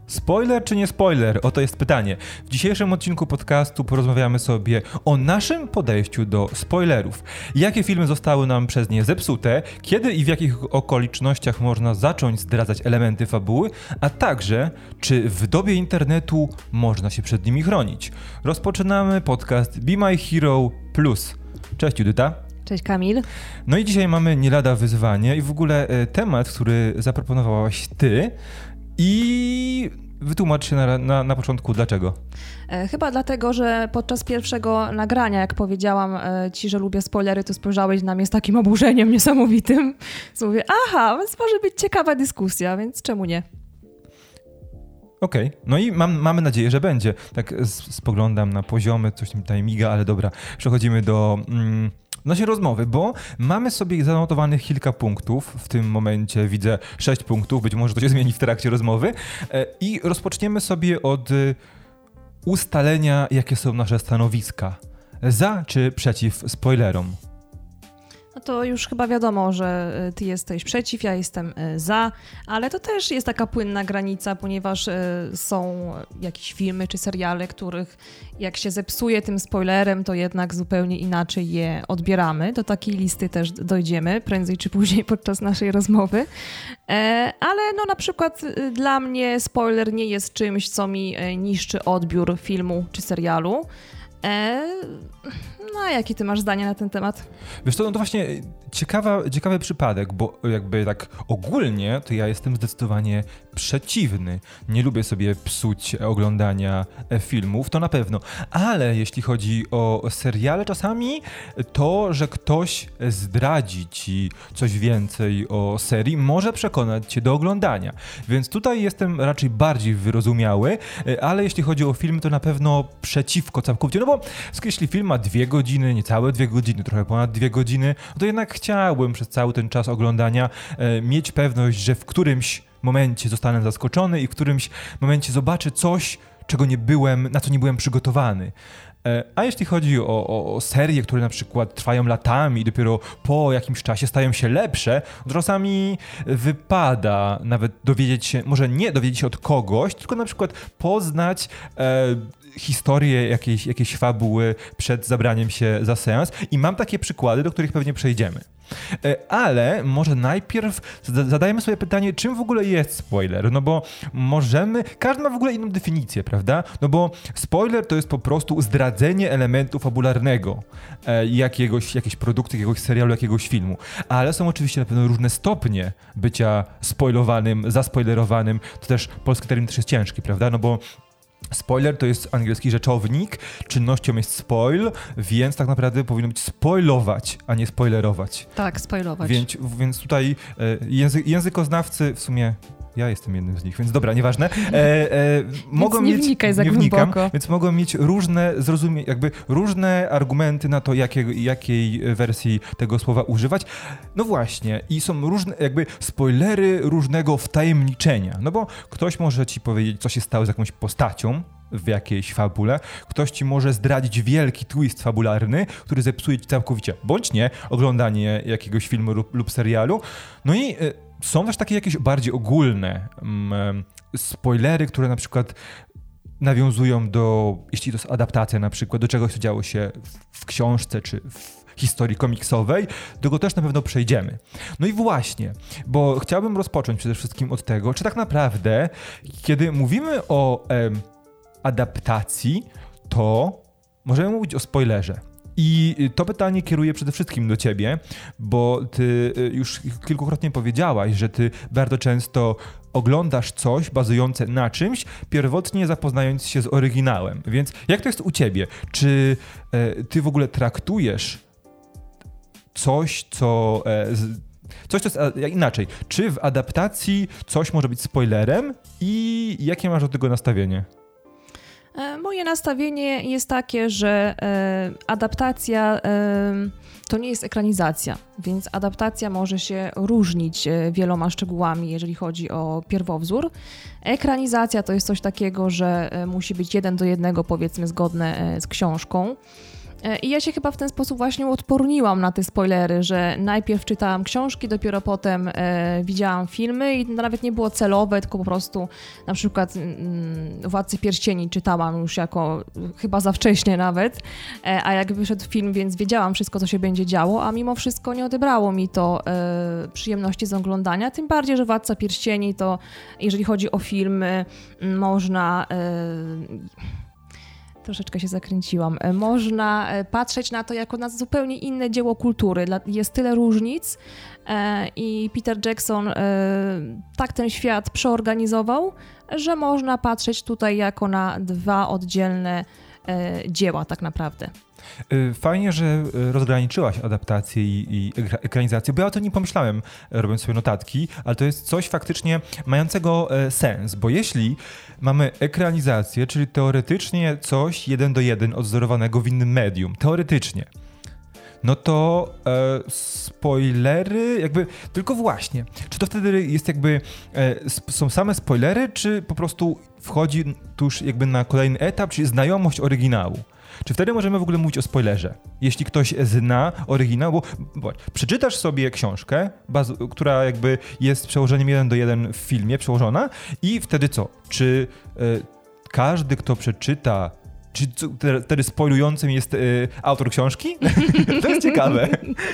Spoiler czy nie spoiler? Oto jest pytanie. W dzisiejszym odcinku podcastu porozmawiamy sobie o naszym podejściu do spoilerów. Jakie filmy zostały nam przez nie zepsute, kiedy i w jakich okolicznościach można zacząć zdradzać elementy fabuły, a także czy w dobie internetu można się przed nimi chronić. Rozpoczynamy podcast Be My Hero Plus. Cześć Judyta. Cześć Kamil. No i dzisiaj mamy nie lada wyzwanie i w ogóle temat, który zaproponowałaś ty. I wytłumacz się na początku dlaczego. Chyba dlatego, że podczas pierwszego nagrania, jak powiedziałam ci, że lubię spoilery, to spojrzałeś na mnie z takim oburzeniem niesamowitym. Więc mówię, aha, więc może być ciekawa dyskusja, więc czemu nie? Okej, no i mamy nadzieję, że będzie. Tak spoglądam na poziomy, coś mi tutaj miga, ale dobra, przechodzimy do naszej rozmowy, bo mamy sobie zanotowanych kilka punktów. W tym momencie widzę 6 punktów, być może to się zmieni w trakcie rozmowy. I rozpoczniemy sobie od ustalenia, jakie są nasze stanowiska. Za czy przeciw spoilerom? No to już chyba wiadomo, że ty jesteś przeciw, ja jestem za, ale to też jest taka płynna granica, ponieważ są jakieś filmy czy seriale, których jak się zepsuje tym spoilerem, to jednak zupełnie inaczej je odbieramy. Do takiej listy też dojdziemy prędzej czy później podczas naszej rozmowy. Ale no na przykład dla mnie spoiler nie jest czymś, co mi niszczy odbiór filmu czy serialu. No, a jakie ty masz zdanie na ten temat? Wiesz co, no to właśnie ciekawy przypadek, bo jakby tak ogólnie to ja jestem zdecydowanie przeciwny. Nie lubię sobie psuć oglądania filmów, to na pewno. Ale jeśli chodzi o seriale, czasami to, że ktoś zdradzi ci coś więcej o serii, może przekonać cię do oglądania. Więc tutaj jestem raczej bardziej wyrozumiały, ale jeśli chodzi o film, to na pewno przeciwko całkowicie. No bo jeśli film ma 2 godziny, niecałe 2 godziny, trochę ponad 2 godziny, to jednak chciałbym przez cały ten czas oglądania mieć pewność, że w którymś momencie zostanę zaskoczony i w którymś momencie zobaczę coś, na co nie byłem przygotowany. A jeśli chodzi o serie, które na przykład trwają latami i dopiero po jakimś czasie stają się lepsze, to czasami wypada nawet dowiedzieć się, może nie dowiedzieć się od kogoś, tylko na przykład poznać historię jakiejś fabuły przed zabraniem się za seans i mam takie przykłady, do których pewnie przejdziemy. Ale może najpierw zadajmy sobie pytanie, czym w ogóle jest spoiler? No bo każdy ma w ogóle inną definicję, prawda? No bo spoiler to jest po prostu zdradzenie elementu fabularnego jakiejś produkcji, jakiegoś serialu, jakiegoś filmu. Ale są oczywiście na pewno różne stopnie bycia spoilowanym, zaspoilerowanym. To też polski termin też jest ciężki, prawda? No bo spoiler to jest angielski rzeczownik, czynnością jest spoil, więc tak naprawdę powinno być spoilować, a nie spoilerować. Tak, spoilować. Więc tutaj językoznawcy w sumie... Ja jestem jednym z nich, więc dobra, nieważne. Mogą nie wnikaj za głęboko. Więc mogą mieć różne argumenty na to, jakiej wersji tego słowa używać. No właśnie, i są różne spoilery różnego wtajemniczenia. No bo ktoś może ci powiedzieć, co się stało z jakąś postacią w jakiejś fabule, ktoś ci może zdradzić wielki twist fabularny, który zepsuje ci całkowicie, bądź nie, oglądanie jakiegoś filmu lub serialu. No i są też takie jakieś bardziej ogólne spoilery, które na przykład nawiązują jeśli to jest adaptacja na przykład, do czegoś, co działo się w książce czy w historii komiksowej, do tego też na pewno przejdziemy. No i właśnie, bo chciałbym rozpocząć przede wszystkim od tego, czy tak naprawdę, kiedy mówimy o adaptacji, to możemy mówić o spoilerze. I to pytanie kieruję przede wszystkim do ciebie, bo ty już kilkukrotnie powiedziałaś, że ty bardzo często oglądasz coś bazujące na czymś, pierwotnie zapoznając się z oryginałem. Więc jak to jest u ciebie? Czy ty w ogóle traktujesz coś, co jest inaczej? Czy w adaptacji coś może być spoilerem i jakie masz do tego nastawienie? Moje nastawienie jest takie, że adaptacja to nie jest ekranizacja, więc adaptacja może się różnić wieloma szczegółami, jeżeli chodzi o pierwowzór. Ekranizacja to jest coś takiego, że musi być 1:1, powiedzmy, zgodne z książką. I ja się chyba w ten sposób właśnie odporniłam na te spoilery, że najpierw czytałam książki, dopiero potem widziałam filmy i nawet nie było celowe, tylko po prostu na przykład Władcy Pierścieni czytałam już jako chyba za wcześnie nawet, a jak wyszedł film, więc wiedziałam wszystko, co się będzie działo, a mimo wszystko nie odebrało mi to przyjemności z oglądania, tym bardziej, że Władca Pierścieni to, jeżeli chodzi o filmy, można... Troszeczkę się zakręciłam. Można patrzeć na to jako na zupełnie inne dzieło kultury. Jest tyle różnic i Peter Jackson tak ten świat przeorganizował, że można patrzeć tutaj jako na dwa oddzielne dzieła tak naprawdę. Fajnie, że rozgraniczyłaś adaptację i ekranizację, bo ja o tym nie pomyślałem, robiąc sobie notatki, ale to jest coś faktycznie mającego sens, bo jeśli mamy ekranizację, czyli teoretycznie coś 1:1 odzorowanego w innym medium, teoretycznie, no to spoilery jakby, tylko właśnie, czy to wtedy jest jakby, są same spoilery, czy po prostu wchodzi tuż jakby na kolejny etap, czyli znajomość oryginału? Czy wtedy możemy w ogóle mówić o spoilerze? Jeśli ktoś zna oryginał, bo przeczytasz sobie książkę, która jakby jest przełożeniem 1:1 w filmie, przełożona i wtedy co? Czy każdy, kto przeczyta, czy wtedy spoilującym jest autor książki? To jest ciekawe.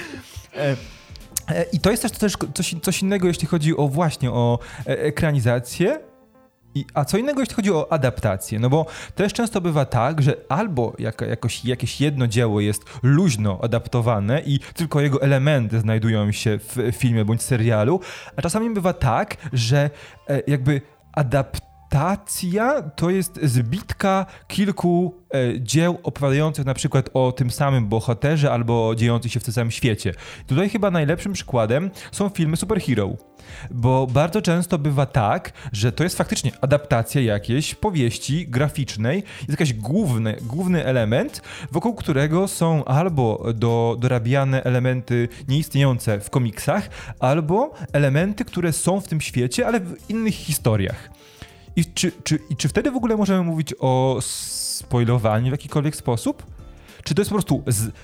I to jest też coś innego, jeśli chodzi o właśnie o ekranizację. A co innego, jeśli chodzi o adaptację, no bo też często bywa tak, że albo jakieś jedno dzieło jest luźno adaptowane i tylko jego elementy znajdują się w filmie bądź serialu, a czasami bywa tak, że jakby adaptacja to jest zbitka kilku dzieł opowiadających na przykład o tym samym bohaterze albo dziejących się w tym samym świecie. Tutaj chyba najlepszym przykładem są filmy superhero. Bo bardzo często bywa tak, że to jest faktycznie adaptacja jakiejś powieści graficznej, jest jakiś główny element, wokół którego są albo dorabiane elementy nieistniejące w komiksach, albo elementy, które są w tym świecie, ale w innych historiach. I czy wtedy w ogóle możemy mówić o spoilowaniu w jakikolwiek sposób? Czy to jest po prostu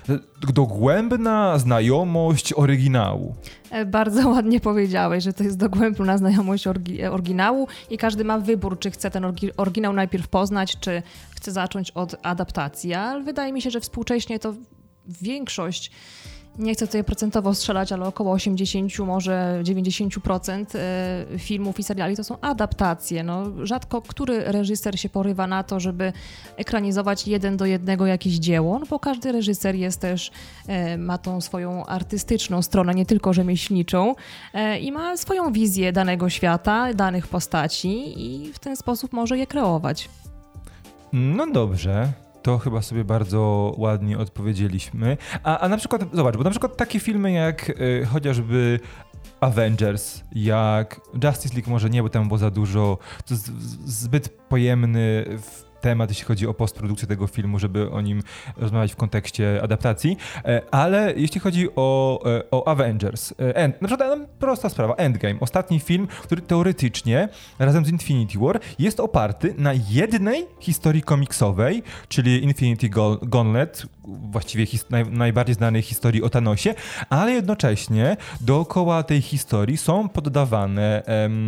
dogłębna znajomość oryginału? Bardzo ładnie powiedziałeś, że to jest dogłębna znajomość oryginału i każdy ma wybór, czy chce ten oryginał najpierw poznać, czy chce zacząć od adaptacji. Ale wydaje mi się, że współcześnie to większość, nie chcę tutaj procentowo strzelać, ale około 80, może 90% filmów i seriali to są adaptacje. No, rzadko który reżyser się porywa na to, żeby ekranizować 1:1 jakieś dzieło, no bo każdy reżyser jest też, ma tą swoją artystyczną stronę, nie tylko rzemieślniczą i ma swoją wizję danego świata, danych postaci i w ten sposób może je kreować. No dobrze. To chyba sobie bardzo ładnie odpowiedzieliśmy. A na przykład, zobacz, bo na przykład takie filmy jak chociażby Avengers, jak Justice League może nie, bo tam było za dużo, to zbyt pojemny temat, jeśli chodzi o postprodukcję tego filmu, żeby o nim rozmawiać w kontekście adaptacji, ale jeśli chodzi o Avengers, na przykład prosta sprawa, Endgame, ostatni film, który teoretycznie razem z Infinity War jest oparty na jednej historii komiksowej, czyli Infinity Gauntlet, właściwie najbardziej znanej historii o Thanosie, ale jednocześnie dookoła tej historii są poddawane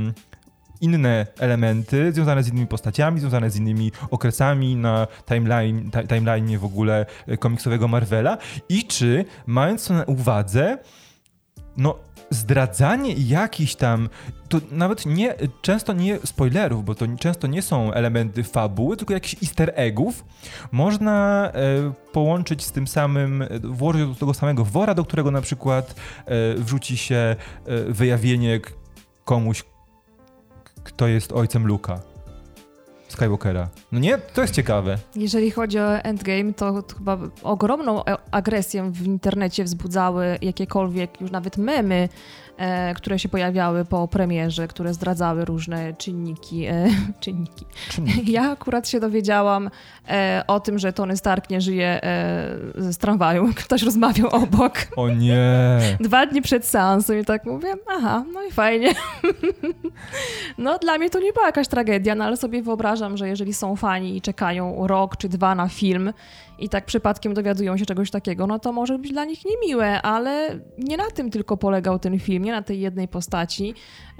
inne elementy związane z innymi postaciami, związane z innymi okresami na timeline w ogóle komiksowego Marvela i czy, mając to na uwadze, no zdradzanie jakichś tam, to nawet nie, często nie spoilerów, bo to często nie są elementy fabuły, tylko jakichś easter eggów, można połączyć z tym samym, włożyć do tego samego wora, do którego na przykład wrzuci się wyjawienie komuś, kto jest ojcem Luke'a Skywalkera. No nie? To jest ciekawe. Jeżeli chodzi o Endgame, to chyba ogromną agresję w internecie wzbudzały jakiekolwiek już nawet memy, które się pojawiały po premierze, które zdradzały różne czynniki. Ja akurat się dowiedziałam o tym, że Tony Stark nie żyje z tramwaju. Ktoś rozmawiał obok. O nie! 2 dni przed seansem i tak mówię, aha, no i fajnie. No dla mnie to nie była jakaś tragedia, no ale sobie wyobrażam, uważam, że jeżeli są fani i czekają rok czy 2 na film i tak przypadkiem dowiadują się czegoś takiego, no to może być dla nich niemiłe, ale nie na tym tylko polegał ten film, nie na tej jednej postaci.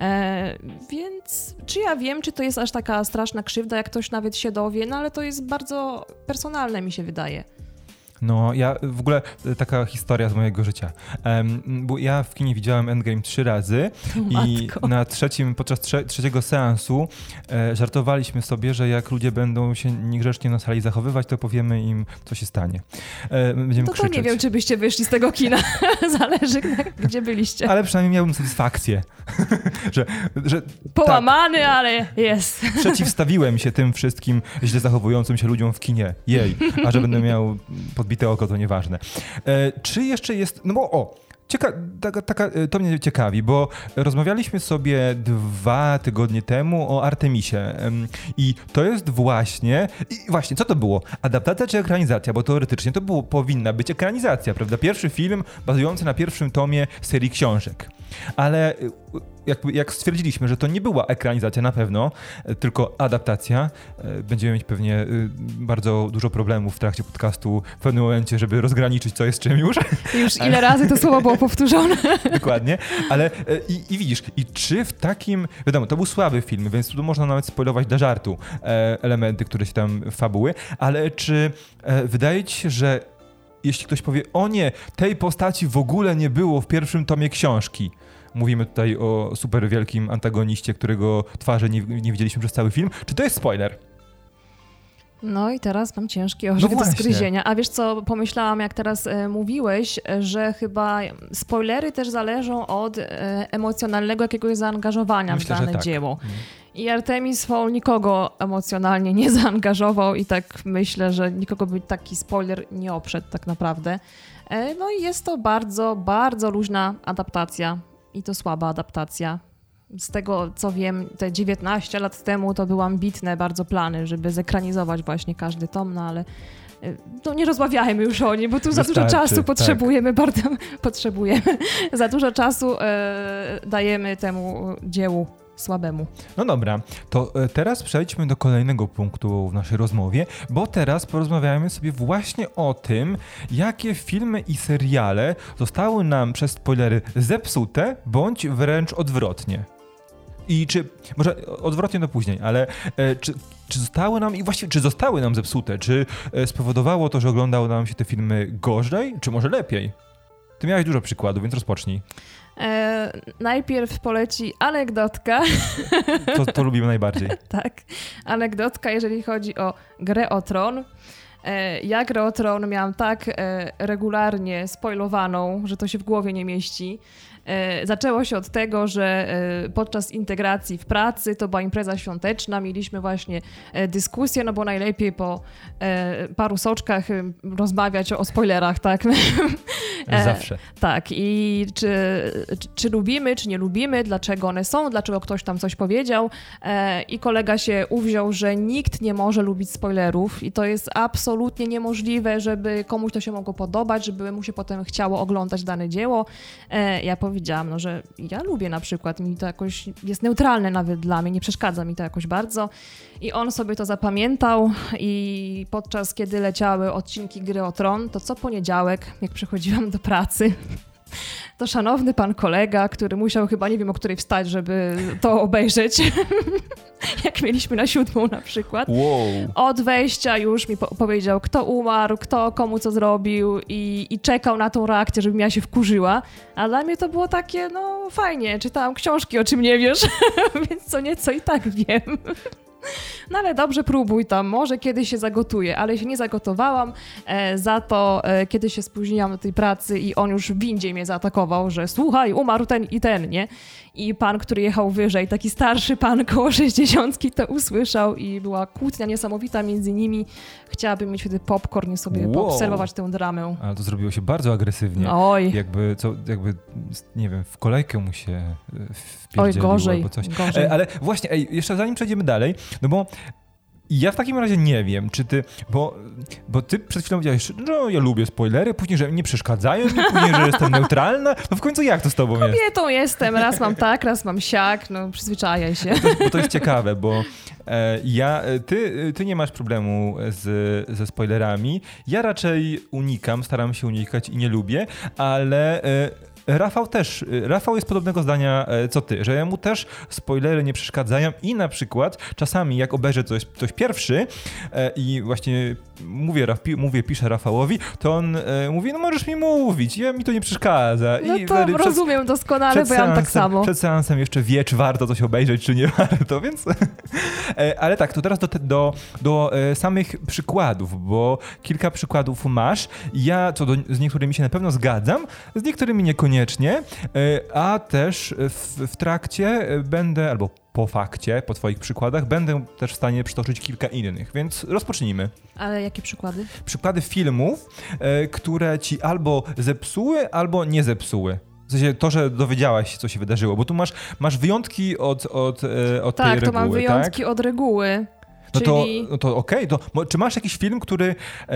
Więc czy ja wiem, czy to jest aż taka straszna krzywda, jak ktoś nawet się dowie, no ale to jest bardzo personalne, mi się wydaje. No, ja w ogóle taka historia z mojego życia. Bo ja w kinie widziałem Endgame 3 razy i podczas trzeciego seansu żartowaliśmy sobie, że jak ludzie będą się niegrzecznie na sali zachowywać, to powiemy im, co się stanie. Będziemy krzyczeć. Nie wiem, czy byście wyszli z tego kina. Zależy, gdzie byliście. Ale przynajmniej miałbym satysfakcję. że Połamany, tak, ale jest. Przeciwstawiłem się tym wszystkim źle zachowującym się ludziom w kinie. Jej. A że będę miał podbite oko, to nieważne. Czy jeszcze jest... No bo to mnie ciekawi, bo rozmawialiśmy sobie 2 tygodnie temu o Artemisie i to jest właśnie, co to było? Adaptacja czy ekranizacja? Bo teoretycznie to powinna być ekranizacja, prawda? Pierwszy film bazujący na pierwszym tomie serii książek. Ale jak stwierdziliśmy, że to nie była ekranizacja na pewno, tylko adaptacja, będziemy mieć pewnie bardzo dużo problemów w trakcie podcastu w pewnym momencie, żeby rozgraniczyć, co jest czym już. Już ile razy to słowo było powtórzone. Dokładnie, ale i widzisz, i czy w takim, wiadomo, to był słaby film, więc tu można nawet spoilować dla żartu elementy, które się tam fabuły, ale czy wydaje ci się, że jeśli ktoś powie, o nie, tej postaci w ogóle nie było w pierwszym tomie książki. Mówimy tutaj o super wielkim antagoniście, którego twarzy nie widzieliśmy przez cały film. Czy to jest spoiler? No i teraz mam ciężki orzech do zgryzienia. A wiesz co, pomyślałam, jak teraz mówiłeś, że chyba spoilery też zależą od emocjonalnego jakiegoś zaangażowania w dane dzieło. I Artemis Fowl nikogo emocjonalnie nie zaangażował i tak myślę, że nikogo by taki spoiler nie oprzedł tak naprawdę. No i jest to bardzo, bardzo luźna adaptacja i to słaba adaptacja. Z tego, co wiem, te 19 lat temu to były ambitne bardzo plany, żeby zekranizować właśnie każdy tom, no ale no nie rozmawiajmy już o nim, bo tu za dużo czasu potrzebujemy, bardzo potrzebujemy. Za dużo czasu dajemy temu dziełu słabemu. No dobra, to teraz przejdźmy do kolejnego punktu w naszej rozmowie, bo teraz porozmawiamy sobie właśnie o tym, jakie filmy i seriale zostały nam przez spoilery zepsute, bądź wręcz odwrotnie. I może odwrotnie to później, ale czy zostały nam, i właściwie czy zostały nam zepsute, czy spowodowało to, że oglądały nam się te filmy gorzej, czy może lepiej? Ty miałeś dużo przykładów, więc rozpocznij. Najpierw poleci anegdotka. To lubimy najbardziej. Tak, anegdotka, jeżeli chodzi o Grę o Tron. Ja Grę o Tron miałam tak regularnie spoilowaną, że to się w głowie nie mieści. Zaczęło się od tego, że podczas integracji w pracy, to była impreza świąteczna, mieliśmy właśnie dyskusję, no bo najlepiej po paru soczkach rozmawiać o spoilerach, tak? Zawsze. Tak, i czy lubimy, czy nie lubimy, dlaczego one są, dlaczego ktoś tam coś powiedział i kolega się uwziął, że nikt nie może lubić spoilerów i to jest absolutnie niemożliwe, żeby komuś to się mogło podobać, żeby mu się potem chciało oglądać dane dzieło. Ja powiedziałam, no, że ja lubię na przykład, mi to jakoś jest neutralne nawet dla mnie, nie przeszkadza mi to jakoś bardzo i on sobie to zapamiętał i podczas kiedy leciały odcinki Gry o Tron, to co poniedziałek, jak przychodziłam do pracy, to szanowny pan kolega, który musiał chyba nie wiem o której wstać, żeby to obejrzeć, jak mieliśmy na 7 na przykład. Wow. Od wejścia już mi powiedział, kto umarł, kto komu co zrobił i czekał na tą reakcję, żebym ja się wkurzyła. A dla mnie to było takie, no fajnie, czytałam książki, o czym nie wiesz, więc co nieco i tak wiem. No ale dobrze, próbuj tam, może kiedyś się zagotuję, ale się nie zagotowałam, za to kiedy się spóźniłam do tej pracy i on już w windzie mnie zaatakował, że słuchaj, umarł ten i ten, nie? I pan, który jechał wyżej, taki starszy pan koło 60 to usłyszał i była kłótnia niesamowita między nimi. Chciałabym mieć wtedy popcorn i sobie poobserwować tę dramę. Ale to zrobiło się bardzo agresywnie. Oj. Jakby, nie wiem, w kolejkę mu się wpierdzieliło. Oj, gorzej. Albo coś. Gorzej. Ale właśnie, jeszcze zanim przejdziemy dalej, no bo Ja w takim razie nie wiem, czy ty, bo ty przed chwilą powiedziałeś, no ja lubię spoilery, później, że nie przeszkadzają mi, później, że jestem neutralna, no w końcu jak to z tobą jest? Kobietą jestem, raz mam tak, raz mam siak, no przyzwyczajaj się. Bo to jest ciekawe, bo ty nie masz problemu ze spoilerami, ja raczej staram się unikać i nie lubię, ale... Rafał jest podobnego zdania co ty, że mu też spoilery nie przeszkadzają i na przykład czasami jak obejrzę coś pierwszy i właśnie piszę Rafałowi, to on mówi, no możesz mi mówić, mi to nie przeszkadza. No to rozumiem doskonale, bo ja mam tak samo. Przed seansem jeszcze wie, czy warto coś obejrzeć, czy nie warto, więc... Ale tak, to teraz do samych przykładów, bo kilka przykładów masz. Ja z niektórymi się na pewno zgadzam, z niektórymi niekoniecznie, a też w trakcie będę, albo po fakcie, po twoich przykładach, będę też w stanie przytoczyć kilka innych, więc rozpocznijmy. Ale jakie przykłady? Przykłady filmów, które ci albo zepsuły, albo nie zepsuły. W sensie to, że dowiedziałaś się, co się wydarzyło, bo tu masz wyjątki od tej reguły, tak? Tak, to mam wyjątki od reguły. No to okej. Czy masz jakiś film, który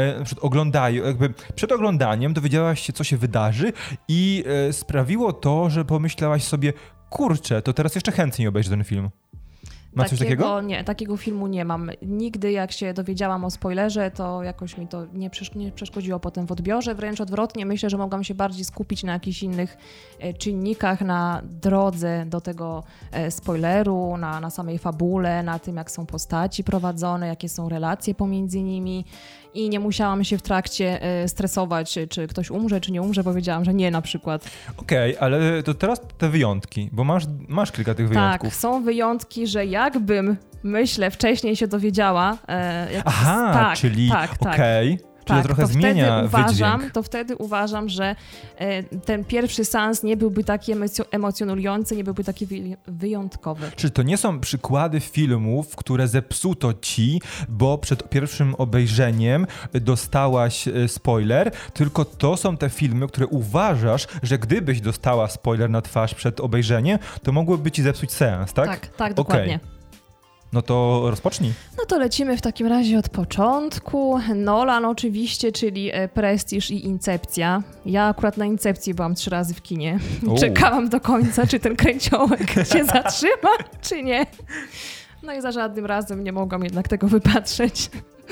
przed oglądaniem dowiedziałaś się, co się wydarzy i sprawiło to, że pomyślałaś sobie, kurczę, to teraz jeszcze chętniej obejrzę ten film? Masz coś takiego? Nie, takiego filmu nie mam. Nigdy jak się dowiedziałam o spoilerze, to jakoś mi to nie przeszkodziło potem w odbiorze. Wręcz odwrotnie, myślę, że mogłam się bardziej skupić na jakichś innych czynnikach, na drodze do tego spoileru, na samej fabule, na tym, jak są postaci prowadzone, jakie są relacje pomiędzy nimi. I nie musiałam się w trakcie stresować, czy ktoś umrze, czy nie umrze, bo wiedziałam, że nie na przykład. Okej, ale to teraz te wyjątki, bo masz kilka tych wyjątków. Tak, są wyjątki, że jakbym, myślę, wcześniej się dowiedziała. Czyli okej. Czyli to trochę zmienia wydźwięk. To wtedy uważam, że ten pierwszy seans nie byłby taki emocjonujący, nie byłby taki wyjątkowy. Czyli to nie są przykłady filmów, które zepsuto ci, bo przed pierwszym obejrzeniem dostałaś spoiler, tylko to są te filmy, które uważasz, że gdybyś dostała spoiler na twarz przed obejrzeniem, to mogłoby ci zepsuć seans, tak? Tak, dokładnie. No to rozpocznij. No to lecimy w takim razie od początku. Nolan oczywiście, czyli Prestiż i Incepcja. Ja akurat na Incepcji byłam 3 razy w kinie. Czekałam do końca, czy ten kręciołek się zatrzyma, czy nie. No i za żadnym razem nie mogłam jednak tego wypatrzeć.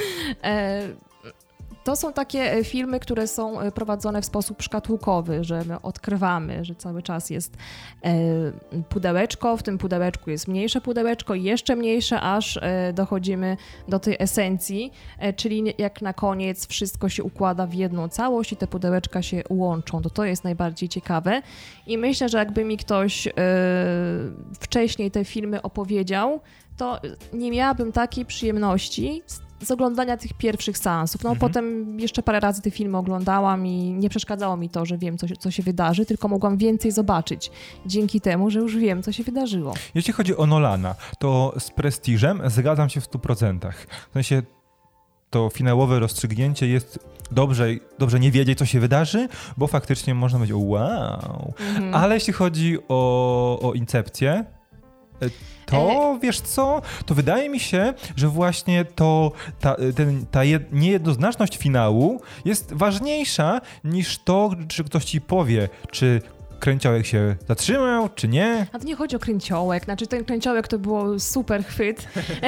To są takie filmy, które są prowadzone w sposób szkatułkowy, że my odkrywamy, że cały czas jest pudełeczko, w tym pudełeczku jest mniejsze pudełeczko, jeszcze mniejsze, aż dochodzimy do tej esencji, czyli jak na koniec wszystko się układa w jedną całość i te pudełeczka się łączą. To jest najbardziej ciekawe i myślę, że jakby mi ktoś wcześniej te filmy opowiedział, to nie miałabym takiej przyjemności z oglądania tych pierwszych seansów. No potem jeszcze parę razy te filmy oglądałam i nie przeszkadzało mi to, że wiem, co się wydarzy, tylko mogłam więcej zobaczyć dzięki temu, że już wiem, co się wydarzyło. Jeśli chodzi o Nolana, to z Prestiżem zgadzam się w 100%. W sensie to finałowe rozstrzygnięcie jest dobrze nie wiedzieć, co się wydarzy, bo faktycznie można powiedzieć wow. Ale jeśli chodzi o Incepcję, to wiesz co, to wydaje mi się, że właśnie ta niejednoznaczność finału jest ważniejsza niż to, czy ktoś ci powie, czy kręciołek się zatrzymał, czy nie. A to nie chodzi o kręciołek, znaczy ten kręciołek to było super chwyt,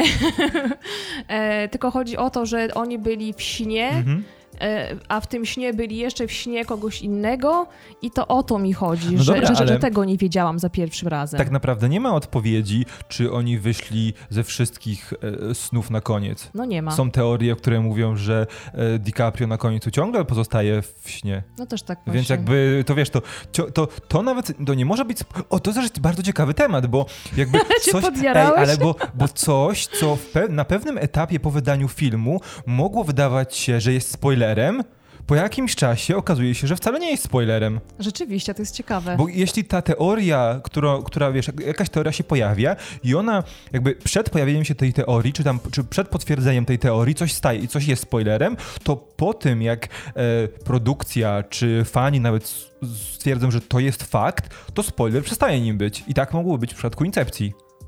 tylko chodzi o to, że oni byli w śnie, a w tym śnie byli jeszcze w śnie kogoś innego i to o to mi chodzi, że tego nie wiedziałam za pierwszym razem. Tak naprawdę nie ma odpowiedzi, czy oni wyszli ze wszystkich snów na koniec. No nie ma. Są teorie, które mówią, że DiCaprio na końcu ciągle pozostaje w śnie. No też tak właśnie. Więc jakby, to wiesz, to nawet, to nie może być, to jest bardzo ciekawy temat, bo jakby coś, bo coś, co na pewnym etapie po wydaniu filmu mogło wydawać się, że jest spoilerem, po jakimś czasie okazuje się, że wcale nie jest spoilerem. Rzeczywiście, to jest ciekawe. Bo jeśli ta teoria, która wiesz, jakaś teoria się pojawia i ona jakby przed pojawieniem się tej teorii, czy przed potwierdzeniem tej teorii coś jest spoilerem, to po tym jak produkcja czy fani nawet stwierdzą, że to jest fakt, to spoiler przestaje nim być. I tak mogło być w przypadku Incepcji.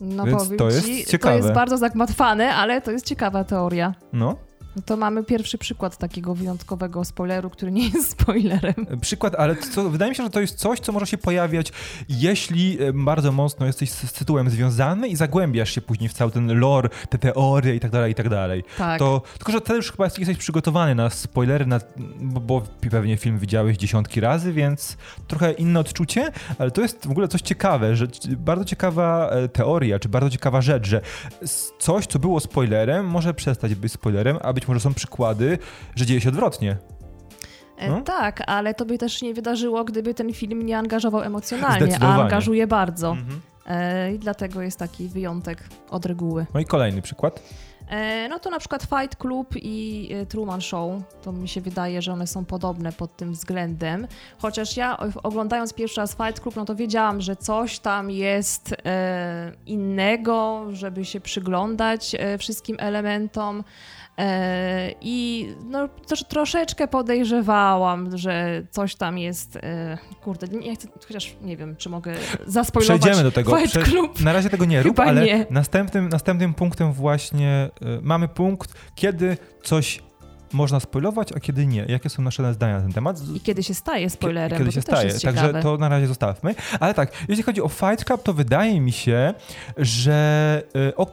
No Więc powiem to jest ci, ciekawe. to jest bardzo zagmatwane, ale to jest ciekawa teoria. No. No to mamy pierwszy przykład takiego wyjątkowego spoileru, który nie jest spoilerem. Przykład, ale wydaje mi się, że to jest coś, co może się pojawiać, jeśli bardzo mocno jesteś z tytułem związany i zagłębiasz się później w cały ten lore, te teorie i tak dalej, i tak dalej. Tak. Tylko, że ty już chyba jesteś przygotowany na spoilery, bo pewnie film widziałeś dziesiątki razy, więc trochę inne odczucie, ale to jest w ogóle coś ciekawe, że bardzo ciekawa teoria, czy bardzo ciekawa rzecz, że coś, co było spoilerem, może przestać być spoilerem, a być może są przykłady, że dzieje się odwrotnie. No? Tak, ale to by też nie wydarzyło, gdyby ten film nie angażował emocjonalnie, a angażuje bardzo. I dlatego jest taki wyjątek od reguły. No i kolejny przykład. No to na przykład Fight Club i Truman Show, to mi się wydaje, że one są podobne pod tym względem. Chociaż ja oglądając pierwszy raz Fight Club, no to wiedziałam, że coś tam jest innego, żeby się przyglądać wszystkim elementom. I no, troszeczkę podejrzewałam, że coś tam jest, kurde, nie chcę, chociaż nie wiem, czy mogę zaspoilować. Przejdziemy do tego. Fight Club. Na razie tego nie rób, Chyba ale nie. Następnym punktem właśnie mamy punkt, kiedy coś można spoilować, a kiedy nie. Jakie są nasze zdania na ten temat? I kiedy się staje spoilerem, Kiedy bo się to też staje. jest Także ciekawe. to na razie zostawmy. Ale tak, jeśli chodzi o Fight Club, to wydaje mi się, że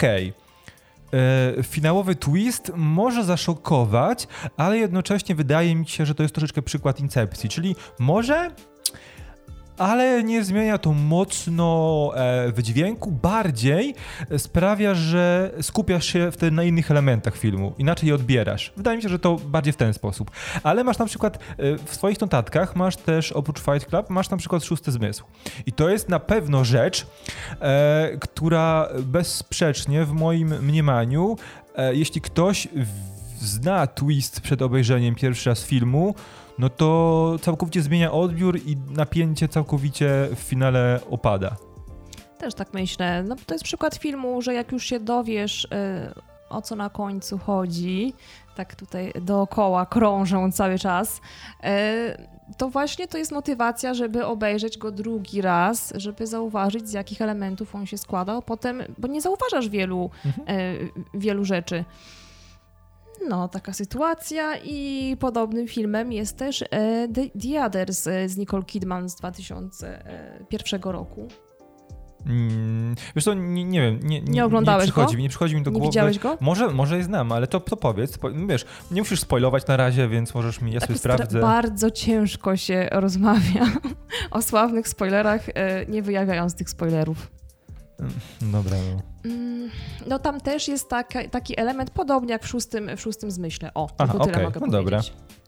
finałowy twist może zaszokować, ale jednocześnie wydaje mi się, że to jest troszeczkę przykład Incepcji, czyli może, ale nie zmienia to mocno wydźwięku, bardziej sprawia, że skupiasz się wtedy na innych elementach filmu, inaczej je odbierasz. Wydaje mi się, że to bardziej w ten sposób. Ale masz na przykład w swoich notatkach, masz też oprócz Fight Club, masz na przykład Szósty Zmysł. I to jest na pewno rzecz, która bezsprzecznie w moim mniemaniu, jeśli ktoś zna twist przed obejrzeniem pierwszy raz filmu, no to całkowicie zmienia odbiór i napięcie całkowicie w finale opada. Też tak myślę. No to jest przykład filmu, że jak już się dowiesz, o co na końcu chodzi, tak tutaj dookoła krążą cały czas, to właśnie to jest motywacja, żeby obejrzeć go drugi raz, żeby zauważyć, z jakich elementów on się składał potem, bo nie zauważasz wielu rzeczy. No, taka sytuacja i podobnym filmem jest też The Others z Nicole Kidman z 2001 roku. Wiesz co, nie wiem, nie oglądałeś nie przychodzi mi do głowy. Nie widziałeś go? Może je znam, ale to powiedz, wiesz, nie musisz spoilować na razie, więc możesz mi, ja sobie sprawdzę. Bardzo ciężko się rozmawia o sławnych spoilerach, nie wyjawiając tych spoilerów. Dobra. No tam też jest taki element, podobnie jak w szóstym zmyśle. O, tylko tyle mogę powiedzieć. Dobra.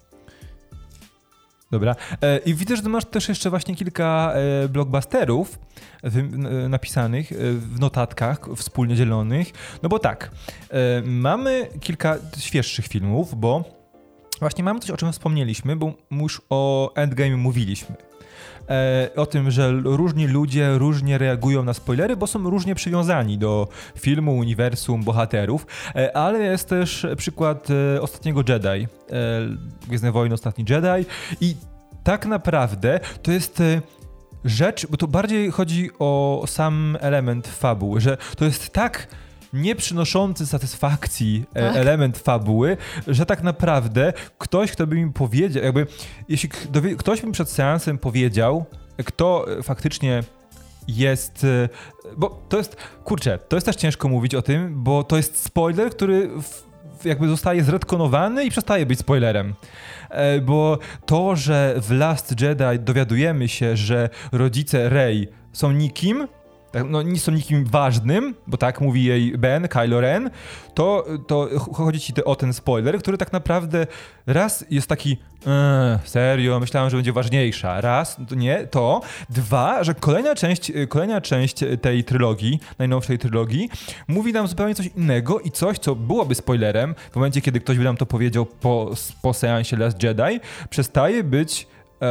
Dobra. I widzę, że masz też jeszcze właśnie kilka blockbusterów napisanych w notatkach, wspólnie dzielonych. No bo tak, mamy kilka świeższych filmów, bo właśnie mamy coś, o czym wspomnieliśmy, bo już o Endgame mówiliśmy. O tym, że różni ludzie różnie reagują na spoilery, bo są różnie przywiązani do filmu, uniwersum, bohaterów, ale jest też przykład Ostatniego Jedi, Gwiezdne Wojny, Ostatni Jedi i tak naprawdę to jest rzecz, bo to bardziej chodzi o sam element fabuły, że to jest tak nieprzynoszący satysfakcji element fabuły, że tak naprawdę ktoś, kto by mi powiedział, jakby jeśli ktoś by mi przed seansem powiedział, kto faktycznie jest, bo to jest, to jest też ciężko mówić o tym, bo to jest spoiler, który jakby zostaje zretkonowany i przestaje być spoilerem. Bo to, że w Last Jedi dowiadujemy się, że rodzice Rey są nikim, no nie są nikim ważnym, bo tak mówi jej Kylo Ren, to chodzi ci o ten spoiler, który tak naprawdę raz jest taki serio, myślałem, że będzie ważniejsza. Raz, to. Dwa, że kolejna część tej trylogii, najnowszej trylogii, mówi nam zupełnie coś innego i coś, co byłoby spoilerem, w momencie, kiedy ktoś by nam to powiedział po seansie Last Jedi, przestaje być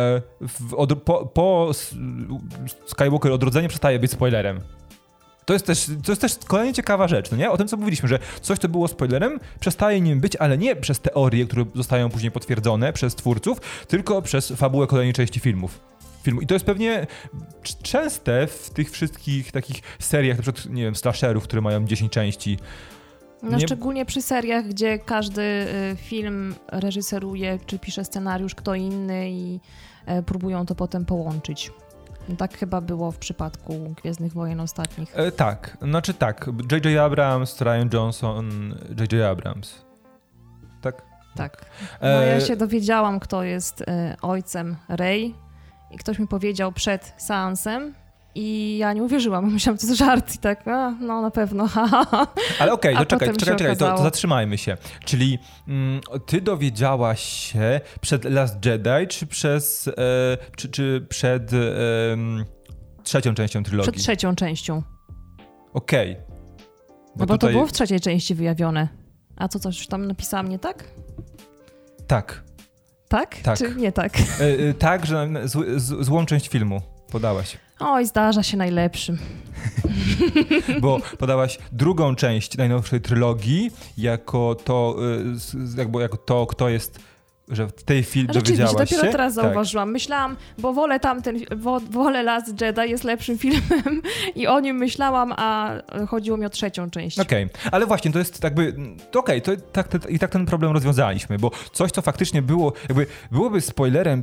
po Skywalker Odrodzenie przestaje być spoilerem. To jest też kolejnie ciekawa rzecz, no nie? O tym, co mówiliśmy, że coś, co było spoilerem, przestaje nim być, ale nie przez teorie, które zostają później potwierdzone przez twórców, tylko przez fabułę kolejnej części filmów. filmu. I to jest pewnie częste w tych wszystkich takich seriach, na przykład, nie wiem, slasherów, które mają 10 części. No szczególnie przy seriach, gdzie każdy film reżyseruje czy pisze scenariusz kto inny i próbują to potem połączyć. Tak chyba było w przypadku Gwiezdnych Wojen ostatnich. Tak, znaczy tak. J.J. Abrams, Rian Johnson, J.J. Abrams. Tak? Tak. No ja się dowiedziałam, kto jest ojcem Rey i ktoś mi powiedział przed seansem i ja nie uwierzyłam. Myślałam, to jest żart i tak, no na pewno. Ale okej, to czekaj, to zatrzymajmy się. Czyli ty dowiedziałaś się przed Last Jedi, czy przed trzecią częścią trylogii? Przed trzecią częścią. Okej. Bo tutaj... to było w trzeciej części wyjawione. A co, coś tam napisałam nie tak? Tak. Tak? Czy nie tak? Tak, że złą część filmu podałaś. Oj, zdarza się najlepszym. Bo podałaś drugą część najnowszej trylogii jako to, kto jest, że w tej chwili dowiedziałaś się. Dopiero teraz zauważyłam. Myślałam, bo wolę Last Jedi jest lepszym filmem i o nim myślałam, a chodziło mi o trzecią część. Okej, ale właśnie to jest jakby, tak ten problem rozwiązaliśmy, bo coś, co faktycznie byłoby spoilerem,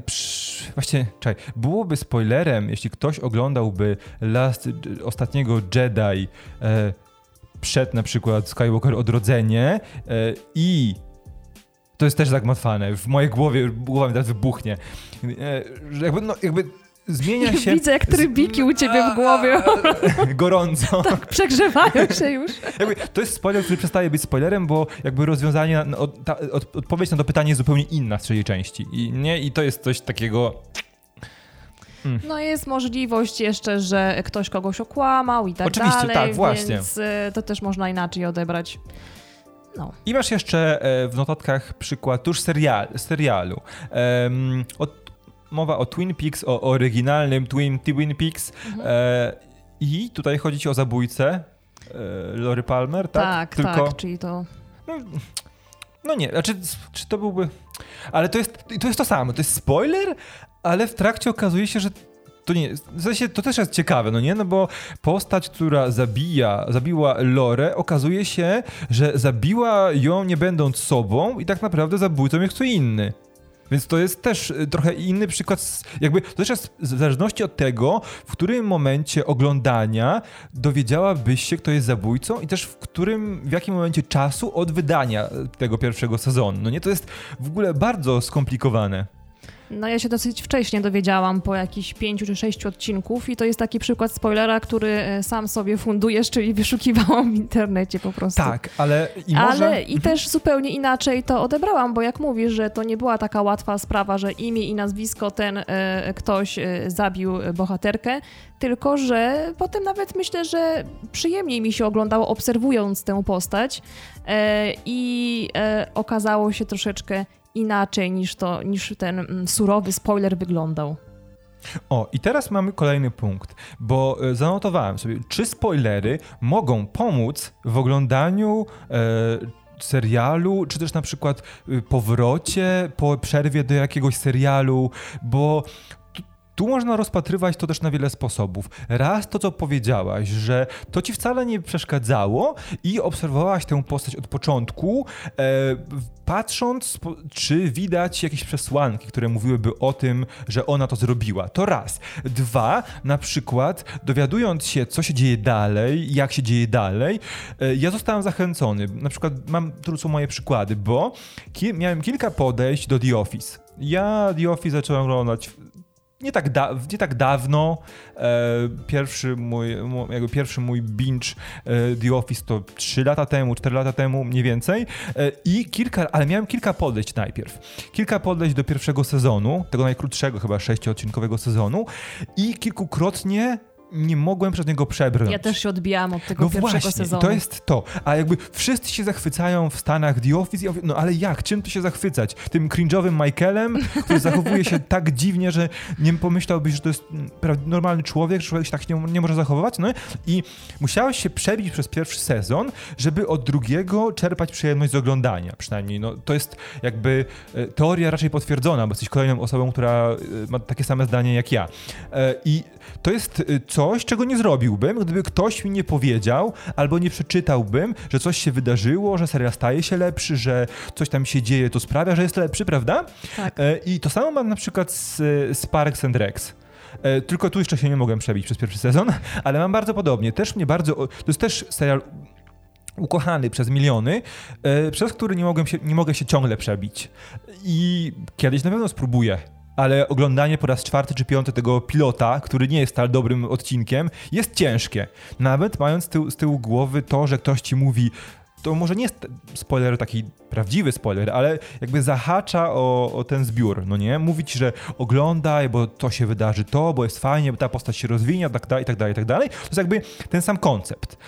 byłoby spoilerem, jeśli ktoś oglądałby ostatniego Jedi przed na przykład Skywalker Odrodzenie i to jest też zagmatwane. W mojej głowa mi teraz wybuchnie. Jakby zmienia się... Widzę, jak trybiki u ciebie w głowie. Gorąco. Tak, przegrzewają się już. To jest spoiler, który przestaje być spoilerem, bo jakby rozwiązanie, odpowiedź na to pytanie jest zupełnie inna z trzeciej części. I to jest coś takiego... No jest możliwość jeszcze, że ktoś kogoś okłamał i tak dalej. Oczywiście, tak, właśnie. Więc to też można inaczej odebrać. No. I masz jeszcze w notatkach przykład tuż serialu. Mowa o Twin Peaks, o oryginalnym Twin Peaks. I tutaj chodzi ci o zabójcę Lori Palmer, tak? Tak, czyli to... No nie, znaczy, czy to byłby... Ale to jest to samo, to jest spoiler, ale w trakcie okazuje się, że to nie, w sensie to też jest ciekawe, no nie? No bo postać, która zabiła Lorę, okazuje się, że zabiła ją nie będąc sobą i tak naprawdę zabójcą jest kto inny. Więc to jest też trochę inny przykład, jakby to też jest w zależności od tego, w którym momencie oglądania dowiedziałabyś się, kto jest zabójcą i też w jakim momencie czasu od wydania tego pierwszego sezonu. No nie, to jest w ogóle bardzo skomplikowane. No ja się dosyć wcześnie dowiedziałam, po jakichś 5 czy 6 odcinków i to jest taki przykład spoilera, który sam sobie fundujesz, czyli wyszukiwałam w internecie po prostu. Tak, ale i też zupełnie inaczej to odebrałam, bo jak mówisz, że to nie była taka łatwa sprawa, że imię i nazwisko ten ktoś zabił bohaterkę, tylko że potem nawet myślę, że przyjemniej mi się oglądało obserwując tę postać i okazało się troszeczkę inaczej niż ten surowy spoiler wyglądał. O, i teraz mamy kolejny punkt, bo zanotowałem sobie, czy spoilery mogą pomóc w oglądaniu serialu, czy też na przykład powrocie po przerwie do jakiegoś serialu, bo tu można rozpatrywać to też na wiele sposobów. Raz to, co powiedziałaś, że to ci wcale nie przeszkadzało i obserwowałaś tę postać od początku, patrząc, czy widać jakieś przesłanki, które mówiłyby o tym, że ona to zrobiła. To raz. Dwa, na przykład dowiadując się, co się dzieje dalej, jak się dzieje dalej, ja zostałem zachęcony. Na przykład tu są moje przykłady, bo miałem kilka podejść do The Office. Ja The Office zacząłem oglądać nie tak dawno. Pierwszy mój binge The Office to 3 lata temu, 4 lata temu mniej więcej. Ale miałem kilka podejść najpierw. Kilka podejść do pierwszego sezonu, tego najkrótszego chyba 6-odcinkowego sezonu i kilkukrotnie nie mogłem przez niego przebrnąć. Ja też się odbijałam od tego pierwszego sezonu. To jest to. A jakby wszyscy się zachwycają w Stanach The Office i ja mówię, no ale jak? Czym tu się zachwycać? Tym cringe'owym Michaelem, który zachowuje się tak dziwnie, że nie pomyślałbyś, że to jest normalny człowiek, że człowiek się tak nie może zachowywać, no i musiałeś się przebić przez pierwszy sezon, żeby od drugiego czerpać przyjemność z oglądania. Przynajmniej, no to jest jakby teoria raczej potwierdzona, bo jesteś kolejną osobą, która ma takie same zdanie jak ja. I to jest coś, czego nie zrobiłbym, gdyby ktoś mi nie powiedział albo nie przeczytałbym, że coś się wydarzyło, że serial staje się lepszy, że coś tam się dzieje, to sprawia, że jest lepszy, prawda? Tak. I to samo mam na przykład z Parks and Recs. Tylko tu jeszcze się nie mogłem przebić przez pierwszy sezon, ale mam bardzo podobnie. Też mnie bardzo... To jest też serial ukochany przez miliony, przez który nie mogę się ciągle przebić. I kiedyś na pewno spróbuję. Ale oglądanie po raz 4. czy 5. tego pilota, który nie jest tak dobrym odcinkiem, jest ciężkie. Nawet mając z tyłu głowy to, że ktoś ci mówi, to może nie jest spoiler, taki prawdziwy spoiler, ale jakby zahacza o ten zbiór, no nie? Mówi ci, że oglądaj, bo to się wydarzy bo jest fajnie, bo ta postać się rozwinie, i tak dalej. To jest jakby ten sam koncept.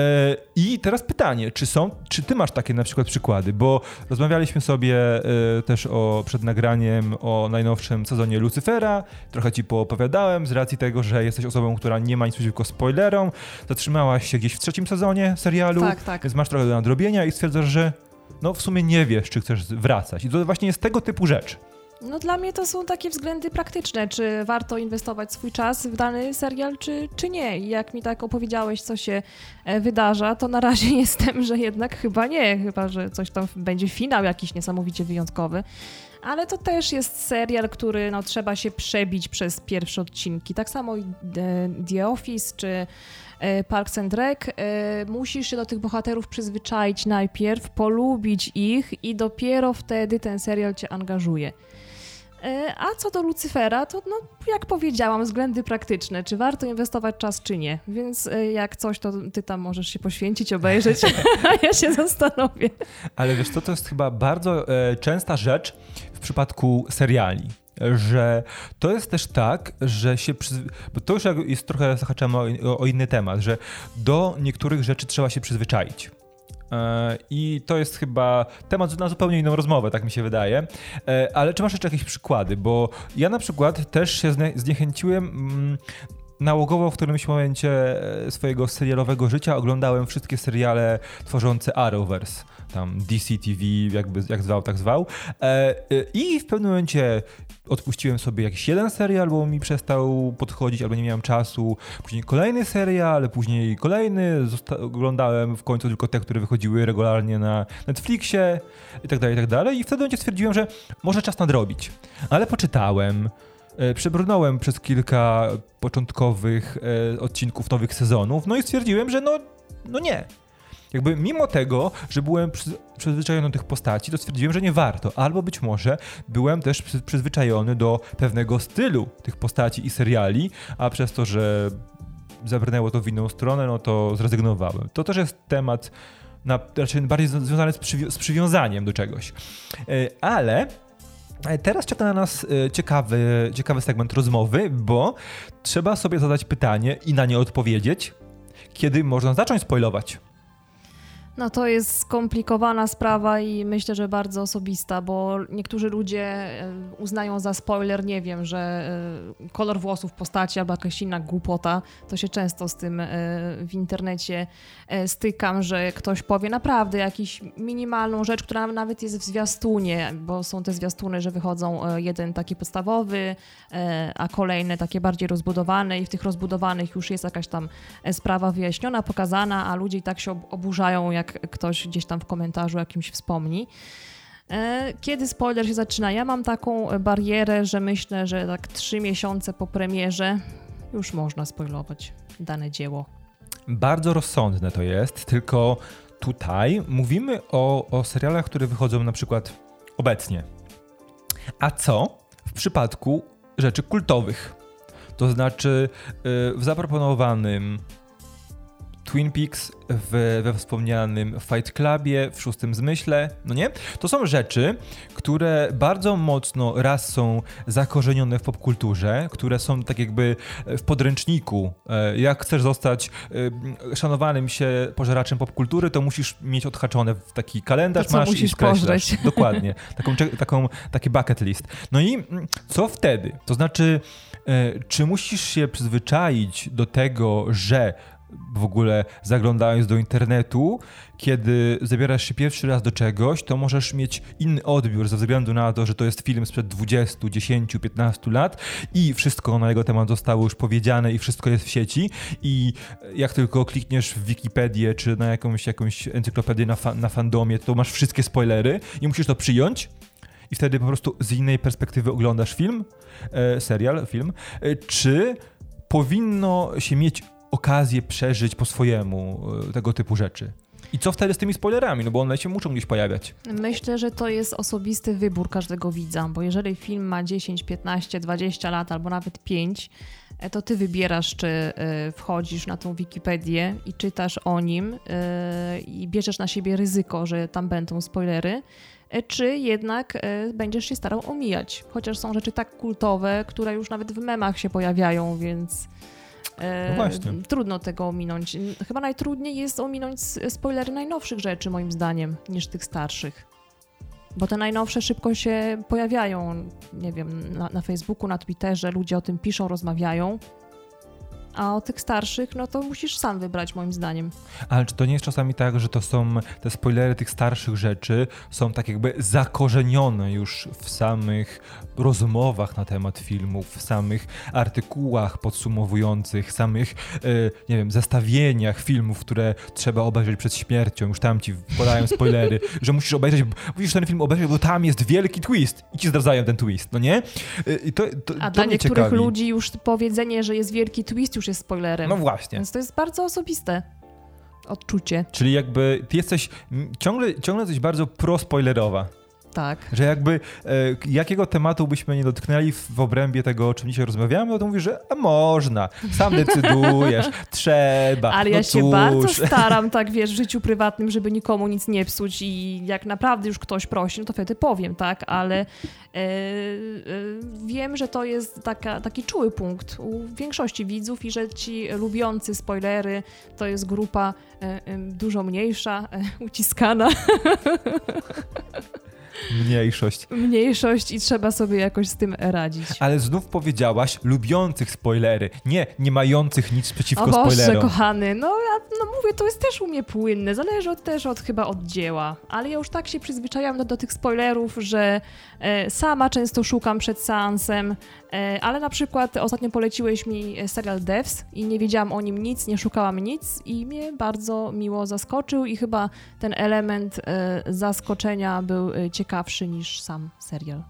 I teraz pytanie, czy ty masz takie na przykład przykłady? Bo rozmawialiśmy sobie też przed nagraniem o najnowszym sezonie Lucyfera, trochę ci poopowiadałem z racji tego, że jesteś osobą, która nie ma nic przeciwko spoilerom, zatrzymałaś się gdzieś w 3. sezonie serialu, tak. Więc masz trochę do nadrobienia i stwierdzasz, że no w sumie nie wiesz, czy chcesz wracać. I to właśnie jest tego typu rzecz. No dla mnie to są takie względy praktyczne, czy warto inwestować swój czas w dany serial, czy nie. I jak mi tak opowiedziałeś, co się wydarza, to na razie jestem, że jednak chyba nie, chyba że coś tam będzie finał jakiś niesamowicie wyjątkowy. Ale to też jest serial, który no, trzeba się przebić przez pierwsze odcinki. Tak samo i The Office czy Parks and Rec. Musisz się do tych bohaterów przyzwyczaić najpierw, polubić ich i dopiero wtedy ten serial cię angażuje. A co do Lucyfera, to no, jak powiedziałam, względy praktyczne, czy warto inwestować czas, czy nie. Więc jak coś, to ty tam możesz się poświęcić, obejrzeć, a ja się zastanowię. Ale wiesz co, to jest chyba bardzo częsta rzecz w przypadku seriali. Że to jest też tak, że się... Bo to już jest trochę, zahaczamy o inny temat, że do niektórych rzeczy trzeba się przyzwyczaić. I to jest chyba temat na zupełnie inną rozmowę, tak mi się wydaje. Ale czy masz jeszcze jakieś przykłady? Bo ja na przykład też się zniechęciłem nałogowo w którymś momencie swojego serialowego życia oglądałem wszystkie seriale tworzące Arrowverse. Tam DC TV, jak zwał, tak zwał. I w pewnym momencie odpuściłem sobie jakiś jeden serial, bo mi przestał podchodzić, albo nie miałem czasu. Później kolejny serial, później kolejny. Oglądałem w końcu tylko te, które wychodziły regularnie na Netflixie i tak dalej. I w pewnym momencie stwierdziłem, że może czas nadrobić. Ale poczytałem, przebrnąłem przez kilka początkowych odcinków nowych sezonów, no i stwierdziłem, że no nie. Jakby mimo tego, że byłem przyzwyczajony do tych postaci, to stwierdziłem, że nie warto. Albo być może byłem też przyzwyczajony do pewnego stylu tych postaci i seriali, a przez to, że zabrnęło to w inną stronę, no to zrezygnowałem. To też jest temat raczej bardziej związany z przywiązaniem do czegoś. Ale teraz czeka na nas ciekawy segment rozmowy, bo trzeba sobie zadać pytanie i na nie odpowiedzieć, kiedy można zacząć spoilować. No to jest skomplikowana sprawa i myślę, że bardzo osobista, bo niektórzy ludzie uznają za spoiler, nie wiem, że kolor włosów postaci albo jakaś inna głupota. To się często z tym w internecie stykam, że ktoś powie naprawdę jakąś minimalną rzecz, która nawet jest w zwiastunie, bo są te zwiastuny, że wychodzą jeden taki podstawowy, a kolejne takie bardziej rozbudowane i w tych rozbudowanych już jest jakaś tam sprawa wyjaśniona, pokazana, a ludzie i tak się oburzają, jak ktoś gdzieś tam w komentarzu jakimś wspomni. Kiedy spoiler się zaczyna? Ja mam taką barierę, że myślę, że tak 3 miesiące po premierze już można spoilować dane dzieło. Bardzo rozsądne to jest, tylko tutaj mówimy o serialach, które wychodzą na przykład obecnie. A co w przypadku rzeczy kultowych? To znaczy w zaproponowanym Twin Peaks, we wspomnianym Fight Clubie, w Szóstym Zmyśle, no nie? To są rzeczy, które bardzo mocno raz są zakorzenione w popkulturze, które są tak jakby w podręczniku. Jak chcesz zostać szanowanym się pożeraczem popkultury, to musisz mieć odhaczone w taki kalendarz, to, co masz musisz i skreślasz. pożreć. Dokładnie. Taki bucket list. No i co wtedy? To znaczy, czy musisz się przyzwyczaić do tego, że w ogóle zaglądając do internetu, kiedy zabierasz się pierwszy raz do czegoś, to możesz mieć inny odbiór ze względu na to, że to jest film sprzed 20, 10, 15 lat i wszystko na jego temat zostało już powiedziane i wszystko jest w sieci i jak tylko klikniesz w Wikipedię czy na jakąś encyklopedię na fandomie, to masz wszystkie spoilery i musisz to przyjąć i wtedy po prostu z innej perspektywy oglądasz film, czy powinno się mieć okazję przeżyć po swojemu tego typu rzeczy. I co wtedy z tymi spoilerami? No bo one się muszą gdzieś pojawiać. Myślę, że to jest osobisty wybór każdego widza, bo jeżeli film ma 10, 15, 20 lat albo nawet 5, to ty wybierasz, czy wchodzisz na tą Wikipedię i czytasz o nim i bierzesz na siebie ryzyko, że tam będą spoilery, czy jednak będziesz się starał omijać. Chociaż są rzeczy tak kultowe, które już nawet w memach się pojawiają, więc no właśnie. Trudno tego ominąć. Chyba najtrudniej jest ominąć spoilery najnowszych rzeczy, moim zdaniem, niż tych starszych. Bo te najnowsze szybko się pojawiają, nie wiem, na Facebooku, na Twitterze, ludzie o tym piszą, rozmawiają. A o tych starszych, no to musisz sam wybrać, moim zdaniem. Ale czy to nie jest czasami tak, że to są te spoilery tych starszych rzeczy są tak jakby zakorzenione już w samych rozmowach na temat filmów, w samych artykułach podsumowujących, samych, nie wiem, zestawieniach filmów, które trzeba obejrzeć przed śmiercią, już tam ci podają spoilery, że musisz ten film obejrzeć, bo tam jest wielki twist i ci zdradzają ten twist, no nie? I to a dla niektórych ludzi już powiedzenie, że jest wielki twist już jest spoilerem. No właśnie. Więc to jest bardzo osobiste odczucie. Czyli jakby ty jesteś ciągle jesteś bardzo prospoilerowa. Tak. Że jakby jakiego tematu byśmy nie dotknęli w obrębie tego, o czym dzisiaj rozmawiamy, to mówisz, że można, sam decydujesz, trzeba. Ale no ja cóż. się bardzo staram, tak wiesz, w życiu prywatnym, żeby nikomu nic nie psuć i jak naprawdę już ktoś prosi, no to wtedy powiem, tak, ale wiem, że to jest taki czuły punkt u większości widzów i że ci lubiący spoilery to jest grupa dużo mniejsza, uciskana. Mniejszość i trzeba sobie jakoś z tym radzić. Ale znów powiedziałaś lubiących spoilery, nie mających nic przeciwko spoilerom. O Boże, kochany, no mówię, to jest też u mnie płynne, zależy chyba od dzieła, ale ja już tak się przyzwyczaiłam do tych spoilerów, że sama często szukam przed seansem, ale na przykład ostatnio poleciłeś mi serial Devs i nie wiedziałam o nim nic, nie szukałam nic i mnie bardzo miło zaskoczył i chyba ten element zaskoczenia był ciekawszy niż sam serial.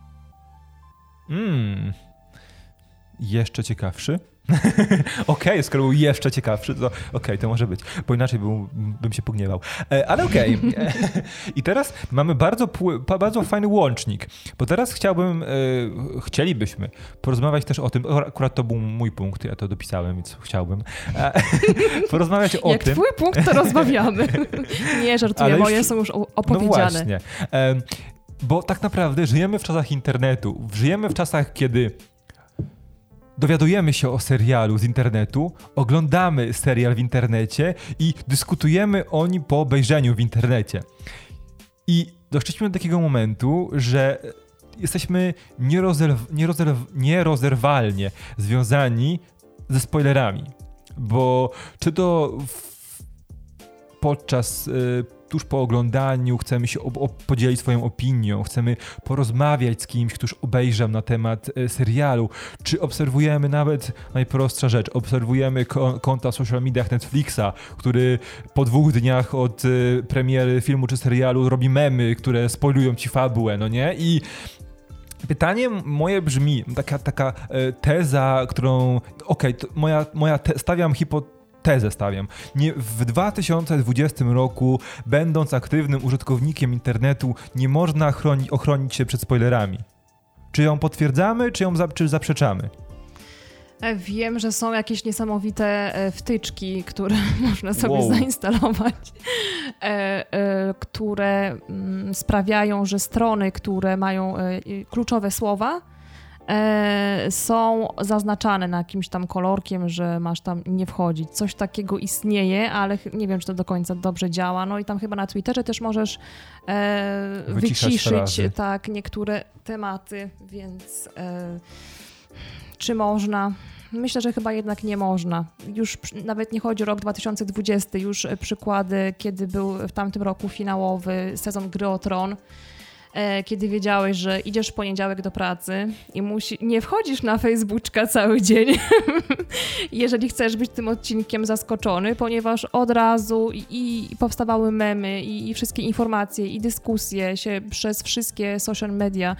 Jeszcze ciekawszy? Okej, skoro był jeszcze ciekawszy, to to może być, bo inaczej bym się pogniewał. Ale okej. I teraz mamy bardzo fajny łącznik, bo teraz chcielibyśmy porozmawiać też o tym, akurat to był mój punkt, ja to dopisałem, więc chciałbym porozmawiać o tym. Jak twój punkt, to rozmawiamy. Nie, żartuję, moje są już opowiedziane. No właśnie, bo tak naprawdę żyjemy w czasach internetu, żyjemy w czasach, kiedy dowiadujemy się o serialu z internetu, oglądamy serial w internecie i dyskutujemy o nim po obejrzeniu w internecie. I doszliśmy do takiego momentu, że jesteśmy nierozerwalnie związani ze spoilerami. Bo czy to tuż po oglądaniu chcemy się podzielić swoją opinią, chcemy porozmawiać z kimś, kto już obejrzał na temat serialu, czy obserwujemy nawet najprostsza rzecz, obserwujemy konta w social mediach Netflixa, który po 2 dniach od premiery filmu czy serialu robi memy, które spoilują ci fabułę, no nie? I pytanie moje brzmi, taka teza, którą, stawiam w 2020 roku, będąc aktywnym użytkownikiem internetu, nie można ochronić się przed spoilerami. Czy ją potwierdzamy, czy zaprzeczamy? Wiem, że są jakieś niesamowite wtyczki, które można sobie zainstalować, które sprawiają, że strony, które mają kluczowe słowa, są zaznaczane na jakimś tam kolorkiem, że masz tam nie wchodzić. Coś takiego istnieje, ale nie wiem, czy to do końca dobrze działa. No i tam chyba na Twitterze też możesz wyciszyć tak niektóre tematy, więc czy można? Myślę, że chyba jednak nie można. Już nawet nie chodzi o rok 2020, już przykłady, kiedy był w tamtym roku finałowy sezon Gry o Tron, kiedy wiedziałeś, że idziesz w poniedziałek do pracy i nie wchodzisz na Facebooka cały dzień, jeżeli chcesz być tym odcinkiem zaskoczony, ponieważ od razu i powstawały memy i wszystkie informacje i dyskusje się przez wszystkie social media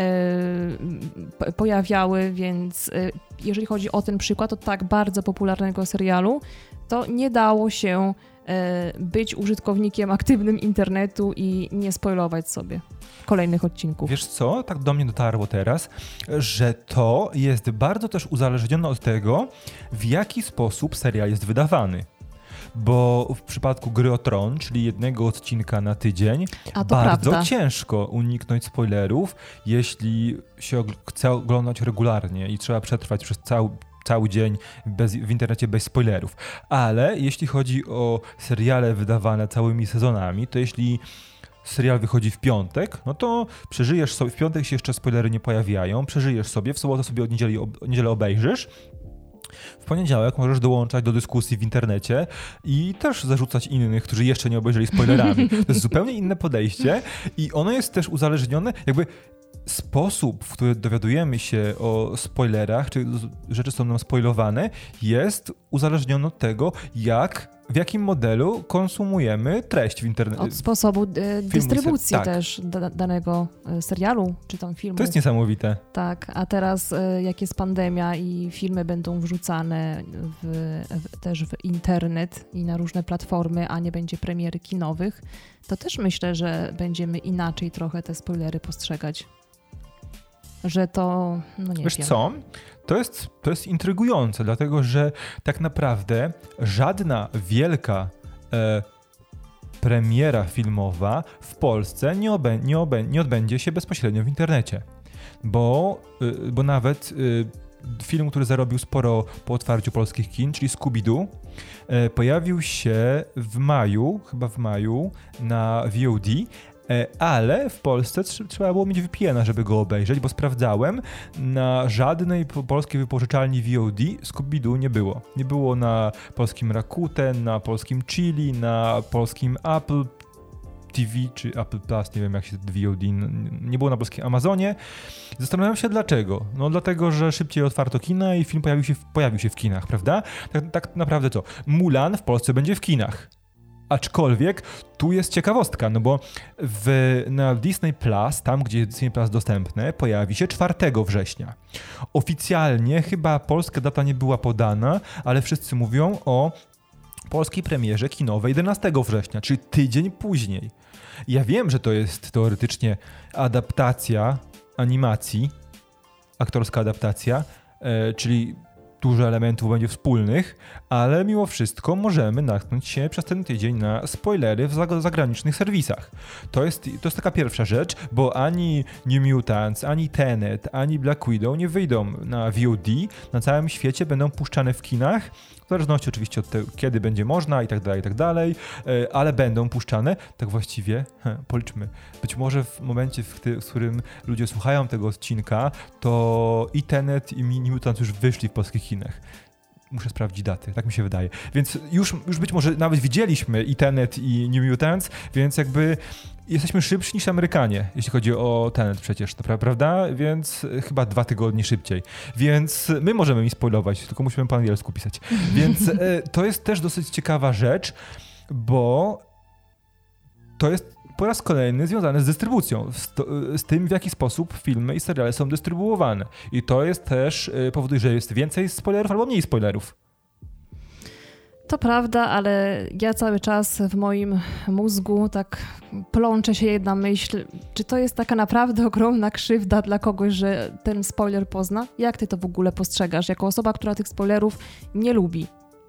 pojawiały, więc jeżeli chodzi o ten przykład, od tak bardzo popularnego serialu, to nie dało się być użytkownikiem aktywnym internetu i nie spoilować sobie kolejnych odcinków. Wiesz co? Tak do mnie dotarło teraz, że to jest bardzo też uzależnione od tego, w jaki sposób serial jest wydawany. Bo w przypadku Gry o Tron, czyli jednego odcinka na tydzień, bardzo ciężko uniknąć spoilerów, jeśli się chce oglądać regularnie i trzeba przetrwać przez cały dzień w internecie bez spoilerów. Ale jeśli chodzi o seriale wydawane całymi sezonami, to jeśli serial wychodzi w piątek, no to przeżyjesz sobie, w piątek się jeszcze spoilery nie pojawiają, przeżyjesz sobie, w sobotę sobie od niedzielę obejrzysz, w poniedziałek możesz dołączać do dyskusji w internecie i też zarzucać innych, którzy jeszcze nie obejrzeli spoilerami. To jest zupełnie inne podejście i ono jest też uzależnione, jakby sposób, w który dowiadujemy się o spoilerach, czy rzeczy są nam spoilowane, jest uzależniony od tego, w jakim modelu konsumujemy treść w internecie. Od sposobu dystrybucji też danego serialu, czy tam filmu. To jest niesamowite. Tak, a teraz jak jest pandemia i filmy będą wrzucane też w internet i na różne platformy, a nie będzie premiery kinowych, to też myślę, że będziemy inaczej trochę te spoilery postrzegać. Że to, no nie Wiesz wiem. co? To jest intrygujące, dlatego że tak naprawdę żadna wielka premiera filmowa w Polsce nie odbędzie się bezpośrednio w internecie. Bo nawet film, który zarobił sporo po otwarciu polskich kin, czyli Scooby-Doo, pojawił się chyba w maju na VOD, ale w Polsce trzeba było mieć VPN-a, żeby go obejrzeć, bo sprawdzałem, na żadnej polskiej wypożyczalni VOD Scooby-Doo nie było. Nie było na polskim Rakuten, na polskim Chili, na polskim Apple TV czy Apple Plus, nie wiem jak się VOD, nie było na polskim Amazonie. Zastanawiam się dlaczego. No dlatego, że szybciej otwarto kina i film pojawił się w kinach, prawda? Tak naprawdę co? Mulan w Polsce będzie w kinach. Aczkolwiek tu jest ciekawostka, no bo na Disney Plus, tam gdzie jest Disney Plus dostępne, pojawi się 4 września. Oficjalnie chyba polska data nie była podana, ale wszyscy mówią o polskiej premierze kinowej 11 września, czyli tydzień później. Ja wiem, że to jest teoretycznie adaptacja animacji, aktorska adaptacja, czyli dużo elementów będzie wspólnych, ale mimo wszystko możemy natknąć się przez ten tydzień na spoilery w zagranicznych serwisach. To jest taka pierwsza rzecz, bo ani New Mutants, ani Tenet, ani Black Widow nie wyjdą na VOD. Na całym świecie będą puszczane w kinach, w zależności oczywiście od tego, kiedy będzie można i tak dalej, ale będą puszczane. Tak właściwie, policzmy, być może w momencie, w którym ludzie słuchają tego odcinka, to i Tenet, i New Mutants już wyszli w polskich kinach. Muszę sprawdzić daty, tak mi się wydaje. Więc już być może nawet widzieliśmy i Tenet, i New Mutants, więc jakby jesteśmy szybsi niż Amerykanie, jeśli chodzi o Tenet przecież, to prawda? Więc chyba 2 tygodnie szybciej. Więc my możemy mi spoilować, tylko musimy po angielsku pisać. Więc to jest też dosyć ciekawa rzecz, bo to jest po raz kolejny związane z dystrybucją, z tym, w jaki sposób filmy i seriale są dystrybuowane. I to jest też powoduje, że jest więcej spoilerów albo mniej spoilerów. To prawda, ale ja cały czas w moim mózgu tak plącze się jedna myśl, czy to jest taka naprawdę ogromna krzywda dla kogoś, że ten spoiler pozna? Jak ty to w ogóle postrzegasz, jako osoba, która tych spoilerów nie lubi?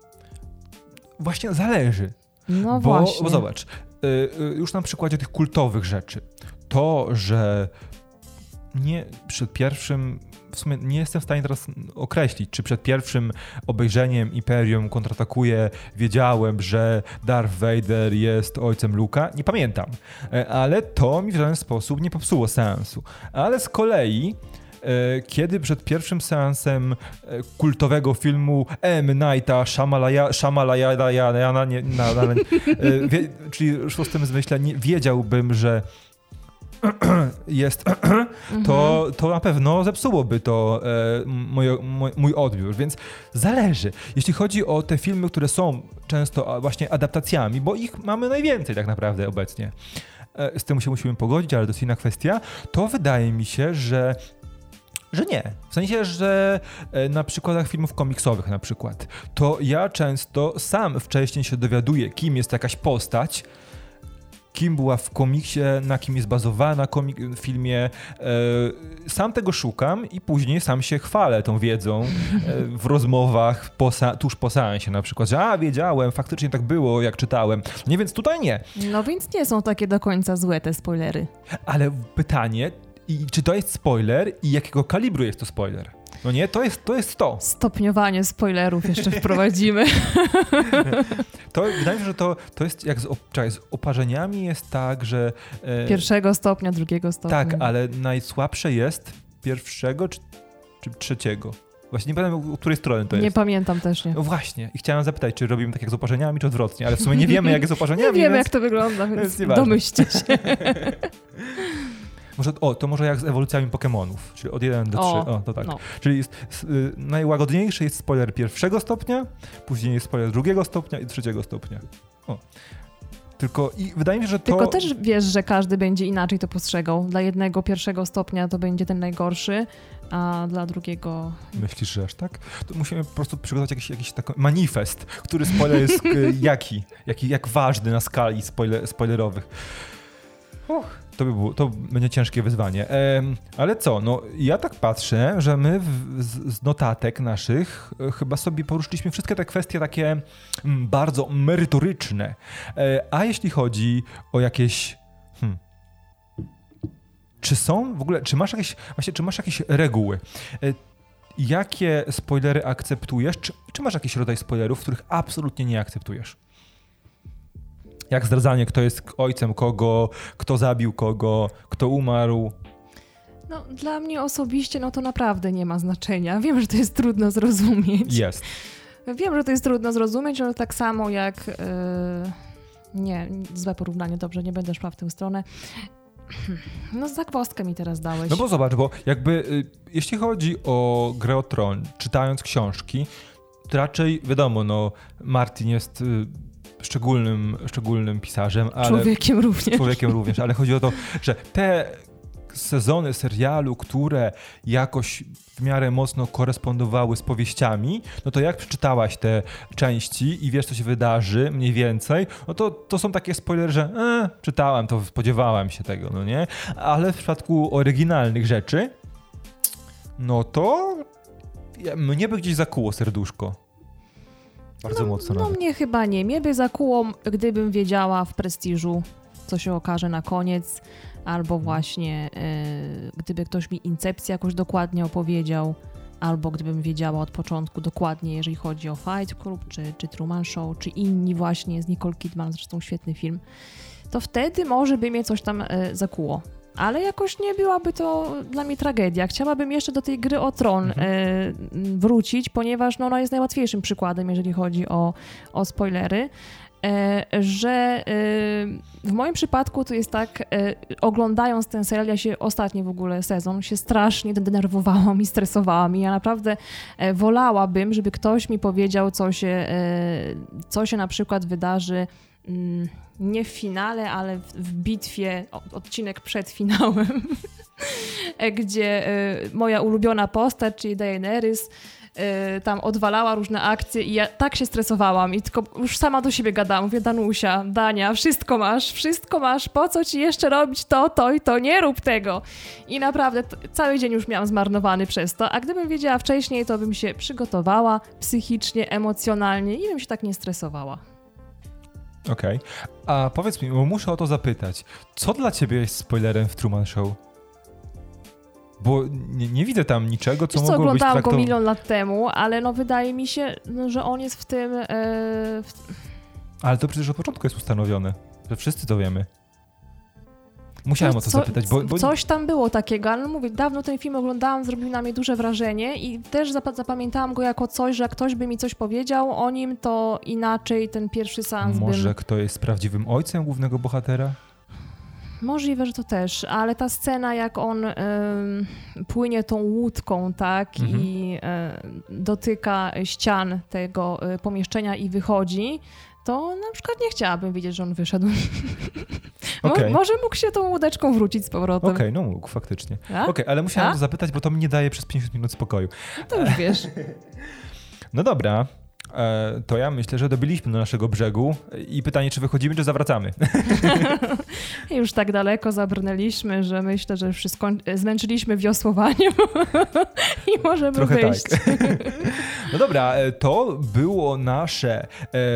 Właśnie zależy. No właśnie. Bo zobacz, już na przykładzie tych kultowych rzeczy, to, że nie przed pierwszym, w sumie nie jestem w stanie teraz określić, czy przed pierwszym obejrzeniem Imperium kontratakuje wiedziałem, że Darth Vader jest ojcem Luke'a. Nie pamiętam, ale to mi w żaden sposób nie popsuło seansu. Ale z kolei kiedy przed pierwszym seansem kultowego filmu M. Nighta Shyamalana, czyli szóstym zmyśle, wiedziałbym, że jest, to na pewno zepsułoby to mój odbiór, więc zależy. Jeśli chodzi o te filmy, które są często właśnie adaptacjami, bo ich mamy najwięcej tak naprawdę obecnie, z tym się musimy pogodzić, ale to jest inna kwestia, to wydaje mi się, że nie. W sensie, że na przykładach filmów komiksowych na przykład, to ja często sam wcześniej się dowiaduję, kim jest jakaś postać, kim była w komiksie, na kim jest bazowana w filmie. Sam tego szukam i później sam się chwalę tą wiedzą w rozmowach tuż po seansie na przykład, że wiedziałem, faktycznie tak było, jak czytałem. Nie, więc tutaj nie. No więc nie są takie do końca złe te spoilery. Ale pytanie, czy to jest spoiler i jakiego kalibru jest to spoiler? No nie, to jest to. Stopniowanie spoilerów jeszcze wprowadzimy. To wydaje mi się, że to jest jak z oparzeniami jest tak, że... Pierwszego stopnia, drugiego stopnia. Tak, ale najsłabsze jest pierwszego czy trzeciego. Właśnie nie pamiętam, u której strony to jest. Nie pamiętam też, nie. No właśnie. I chciałem zapytać, czy robimy tak jak z oparzeniami, czy odwrotnie, ale w sumie nie wiemy, jak jest z oparzeniami. Nie wiemy, więc... jak to wygląda, więc domyślcie się. Może jak z ewolucjami Pokemonów, czyli od 1 do 3. To tak. No. Czyli najłagodniejszy jest spoiler pierwszego stopnia, później jest spoiler drugiego stopnia i trzeciego stopnia. Tylko i wydaje mi się, że to... Tylko też wiesz, że każdy będzie inaczej to postrzegał. Dla jednego pierwszego stopnia to będzie ten najgorszy, a dla drugiego... Myślisz, że aż tak? To musimy po prostu przygotować jakiś taki manifest, który spoiler jest jak ważny na skali spoilerowych. To będzie ciężkie wyzwanie. Ale co, ja tak patrzę, że my z notatek naszych chyba sobie poruszyliśmy wszystkie te kwestie takie bardzo merytoryczne. A jeśli chodzi o jakieś... Czy są w ogóle, czy masz jakieś reguły? Jakie spoilery akceptujesz? Czy masz jakiś rodzaj spoilerów, których absolutnie nie akceptujesz? Jak zdradzanie, kto jest ojcem kogo, kto zabił kogo, kto umarł. No, dla mnie osobiście to naprawdę nie ma znaczenia. Wiem, że to jest trudno zrozumieć. Jest. Wiem, że to jest trudno zrozumieć, ale tak samo jak... Nie, złe porównanie, dobrze, nie będę szła w tę stronę. Zagwozdkę mi teraz dałeś. No bo zobacz, bo jakby jeśli chodzi o Grę o Tron, czytając książki, to raczej wiadomo, Martin jest... szczególnym pisarzem, ale... Człowiekiem również, ale chodzi o to, że te sezony serialu, które jakoś w miarę mocno korespondowały z powieściami, to jak przeczytałaś te części i wiesz, co się wydarzy mniej więcej, to są takie spoilery, że czytałem to, spodziewałem się tego, nie? Ale w przypadku oryginalnych rzeczy, to mnie by gdzieś zakuło serduszko. Bardzo mocno. Mnie chyba nie. Mnie by zakuło, gdybym wiedziała w Prestiżu, co się okaże na koniec, albo właśnie gdyby ktoś mi Incepcję jakoś dokładnie opowiedział, albo gdybym wiedziała od początku dokładnie, jeżeli chodzi o Fight Club, czy Truman Show, czy inni właśnie z Nicole Kidman, zresztą świetny film, to wtedy może by mnie coś tam zakuło. Ale jakoś nie byłaby to dla mnie tragedia. Chciałabym jeszcze do tej Gry o Tron wrócić, ponieważ ona jest najłatwiejszym przykładem, jeżeli chodzi o spoilery, że w moim przypadku to jest tak, oglądając ten serial, ja się ostatni w ogóle sezon się strasznie denerwowałam i stresowałam i ja naprawdę wolałabym, żeby ktoś mi powiedział, co się na przykład wydarzy nie w finale, ale w bitwie, odcinek przed finałem, gdzie moja ulubiona postać, czyli Daenerys, tam odwalała różne akcje i ja tak się stresowałam i tylko już sama do siebie gadałam. Mówię, Danusia, Dania, wszystko masz, po co ci jeszcze robić to i to, nie rób tego. I naprawdę cały dzień już miałam zmarnowany przez to, a gdybym wiedziała wcześniej, to bym się przygotowała psychicznie, emocjonalnie i bym się tak nie stresowała. Okej. A powiedz mi, bo muszę o to zapytać, co dla ciebie jest spoilerem w Truman Show? Bo nie widzę tam niczego, co mogło być oglądałam go milion lat temu, ale no wydaje mi się, że on jest w tym... Ale to przecież od początku jest ustanowione, że wszyscy to wiemy. Musiałem o to zapytać, bo... Coś tam było takiego, ale mówię, dawno ten film oglądałam, zrobił na mnie duże wrażenie i też zapamiętałam go jako coś, że jak ktoś by mi coś powiedział o nim, to inaczej ten pierwszy seans Może kto jest prawdziwym ojcem głównego bohatera? Możliwe, że to też, ale ta scena, jak on płynie tą łódką, tak, i dotyka ścian tego pomieszczenia i wychodzi, to na przykład nie chciałabym widzieć, że on wyszedł. Okay. Może mógł się tą łódeczką wrócić z powrotem. Okej, no mógł, faktycznie. Ale musiałem to zapytać, bo to mi nie daje przez 50 minut spokoju. No to już wiesz. No dobra. To ja myślę, że dobiliśmy do naszego brzegu i pytanie, czy wychodzimy, czy zawracamy? Już tak daleko zabrnęliśmy, że myślę, że już zmęczyliśmy wiosłowaniem i możemy trochę wyjść. Tak. No dobra, to było nasze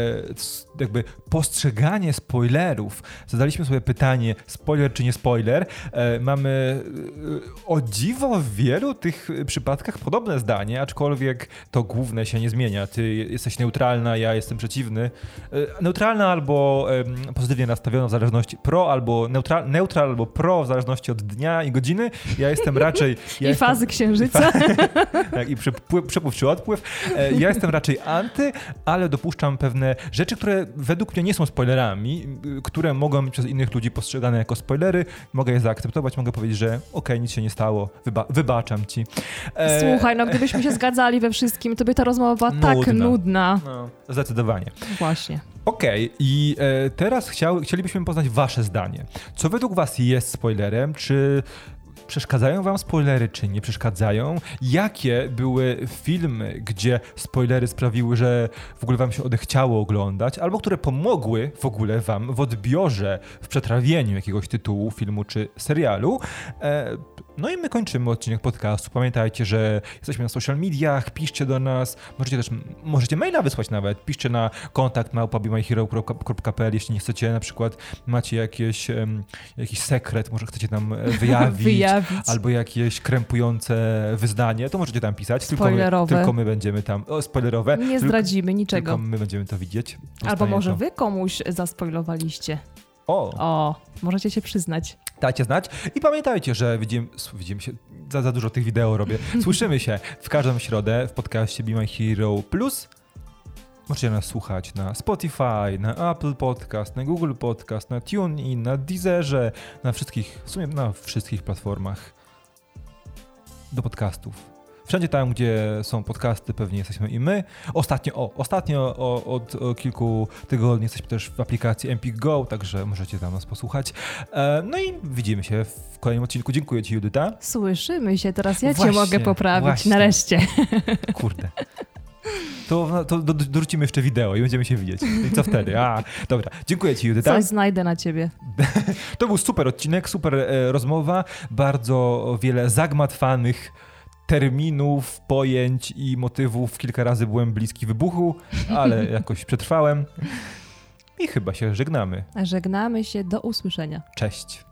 jakby postrzeganie spoilerów. Zadaliśmy sobie pytanie, spoiler czy nie spoiler. Mamy o dziwo w wielu tych przypadkach podobne zdanie, aczkolwiek to główne się nie zmienia. Ty jesteś neutralna, ja jestem przeciwny. Neutralna albo pozytywnie nastawiona w zależności albo neutral albo pro w zależności od dnia i godziny. Ja jestem raczej... fazy księżyca. Tak, i przepływ czy odpływ. Ja jestem raczej anty, ale dopuszczam pewne rzeczy, które według mnie nie są spoilerami, które mogą być przez innych ludzi postrzegane jako spoilery. Mogę je zaakceptować, mogę powiedzieć, że okej, nic się nie stało, wybaczam ci. Słuchaj, no gdybyśmy się zgadzali we wszystkim, to by ta rozmowa była tak nudna. No, zdecydowanie. Właśnie. Okej, i teraz chcielibyśmy poznać wasze zdanie. Co według was jest spoilerem? Czy przeszkadzają wam spoilery, czy nie przeszkadzają? Jakie były filmy, gdzie spoilery sprawiły, że w ogóle wam się odechciało oglądać, albo które pomogły w ogóle wam w odbiorze, w przetrawieniu jakiegoś tytułu, filmu czy serialu? No i my kończymy odcinek podcastu. Pamiętajcie, że jesteśmy na social mediach, piszcie do nas, możecie maila wysłać nawet, piszcie na kontakt@bemyhero.pl, jeśli nie chcecie, na przykład macie jakiś sekret, może chcecie nam wyjawić. Albo jakieś krępujące wyznanie, to możecie tam pisać. Spoilerowe. Tylko my będziemy tam... spoilerowe. Nie zdradzimy niczego. Tylko my będziemy to widzieć. Albo może wy komuś zaspoilowaliście. Możecie się przyznać. Dajcie znać. I pamiętajcie, że widzimy się... Za dużo tych wideo robię. Słyszymy się w każdą środę w podcaście Be My Hero Plus. Możecie nas słuchać na Spotify, na Apple Podcast, na Google Podcast, na TuneIn, na Deezerze, w sumie na wszystkich platformach do podcastów. Wszędzie tam, gdzie są podcasty, pewnie jesteśmy i my. Ostatnio od kilku tygodni jesteśmy też w aplikacji Empik Go, także możecie tam nas posłuchać. No i widzimy się w kolejnym odcinku. Dziękuję ci, Judyta. Słyszymy się, teraz ja cię mogę poprawić, nareszcie. Kurde. To dorzucimy jeszcze wideo i będziemy się widzieć. I co wtedy? Dobra. Dziękuję ci, Judyta. Coś znajdę na ciebie. To był super odcinek, super rozmowa. Bardzo wiele zagmatwanych terminów, pojęć i motywów. Kilka razy byłem bliski wybuchu, ale jakoś przetrwałem. I chyba się żegnamy. Żegnamy się, do usłyszenia. Cześć.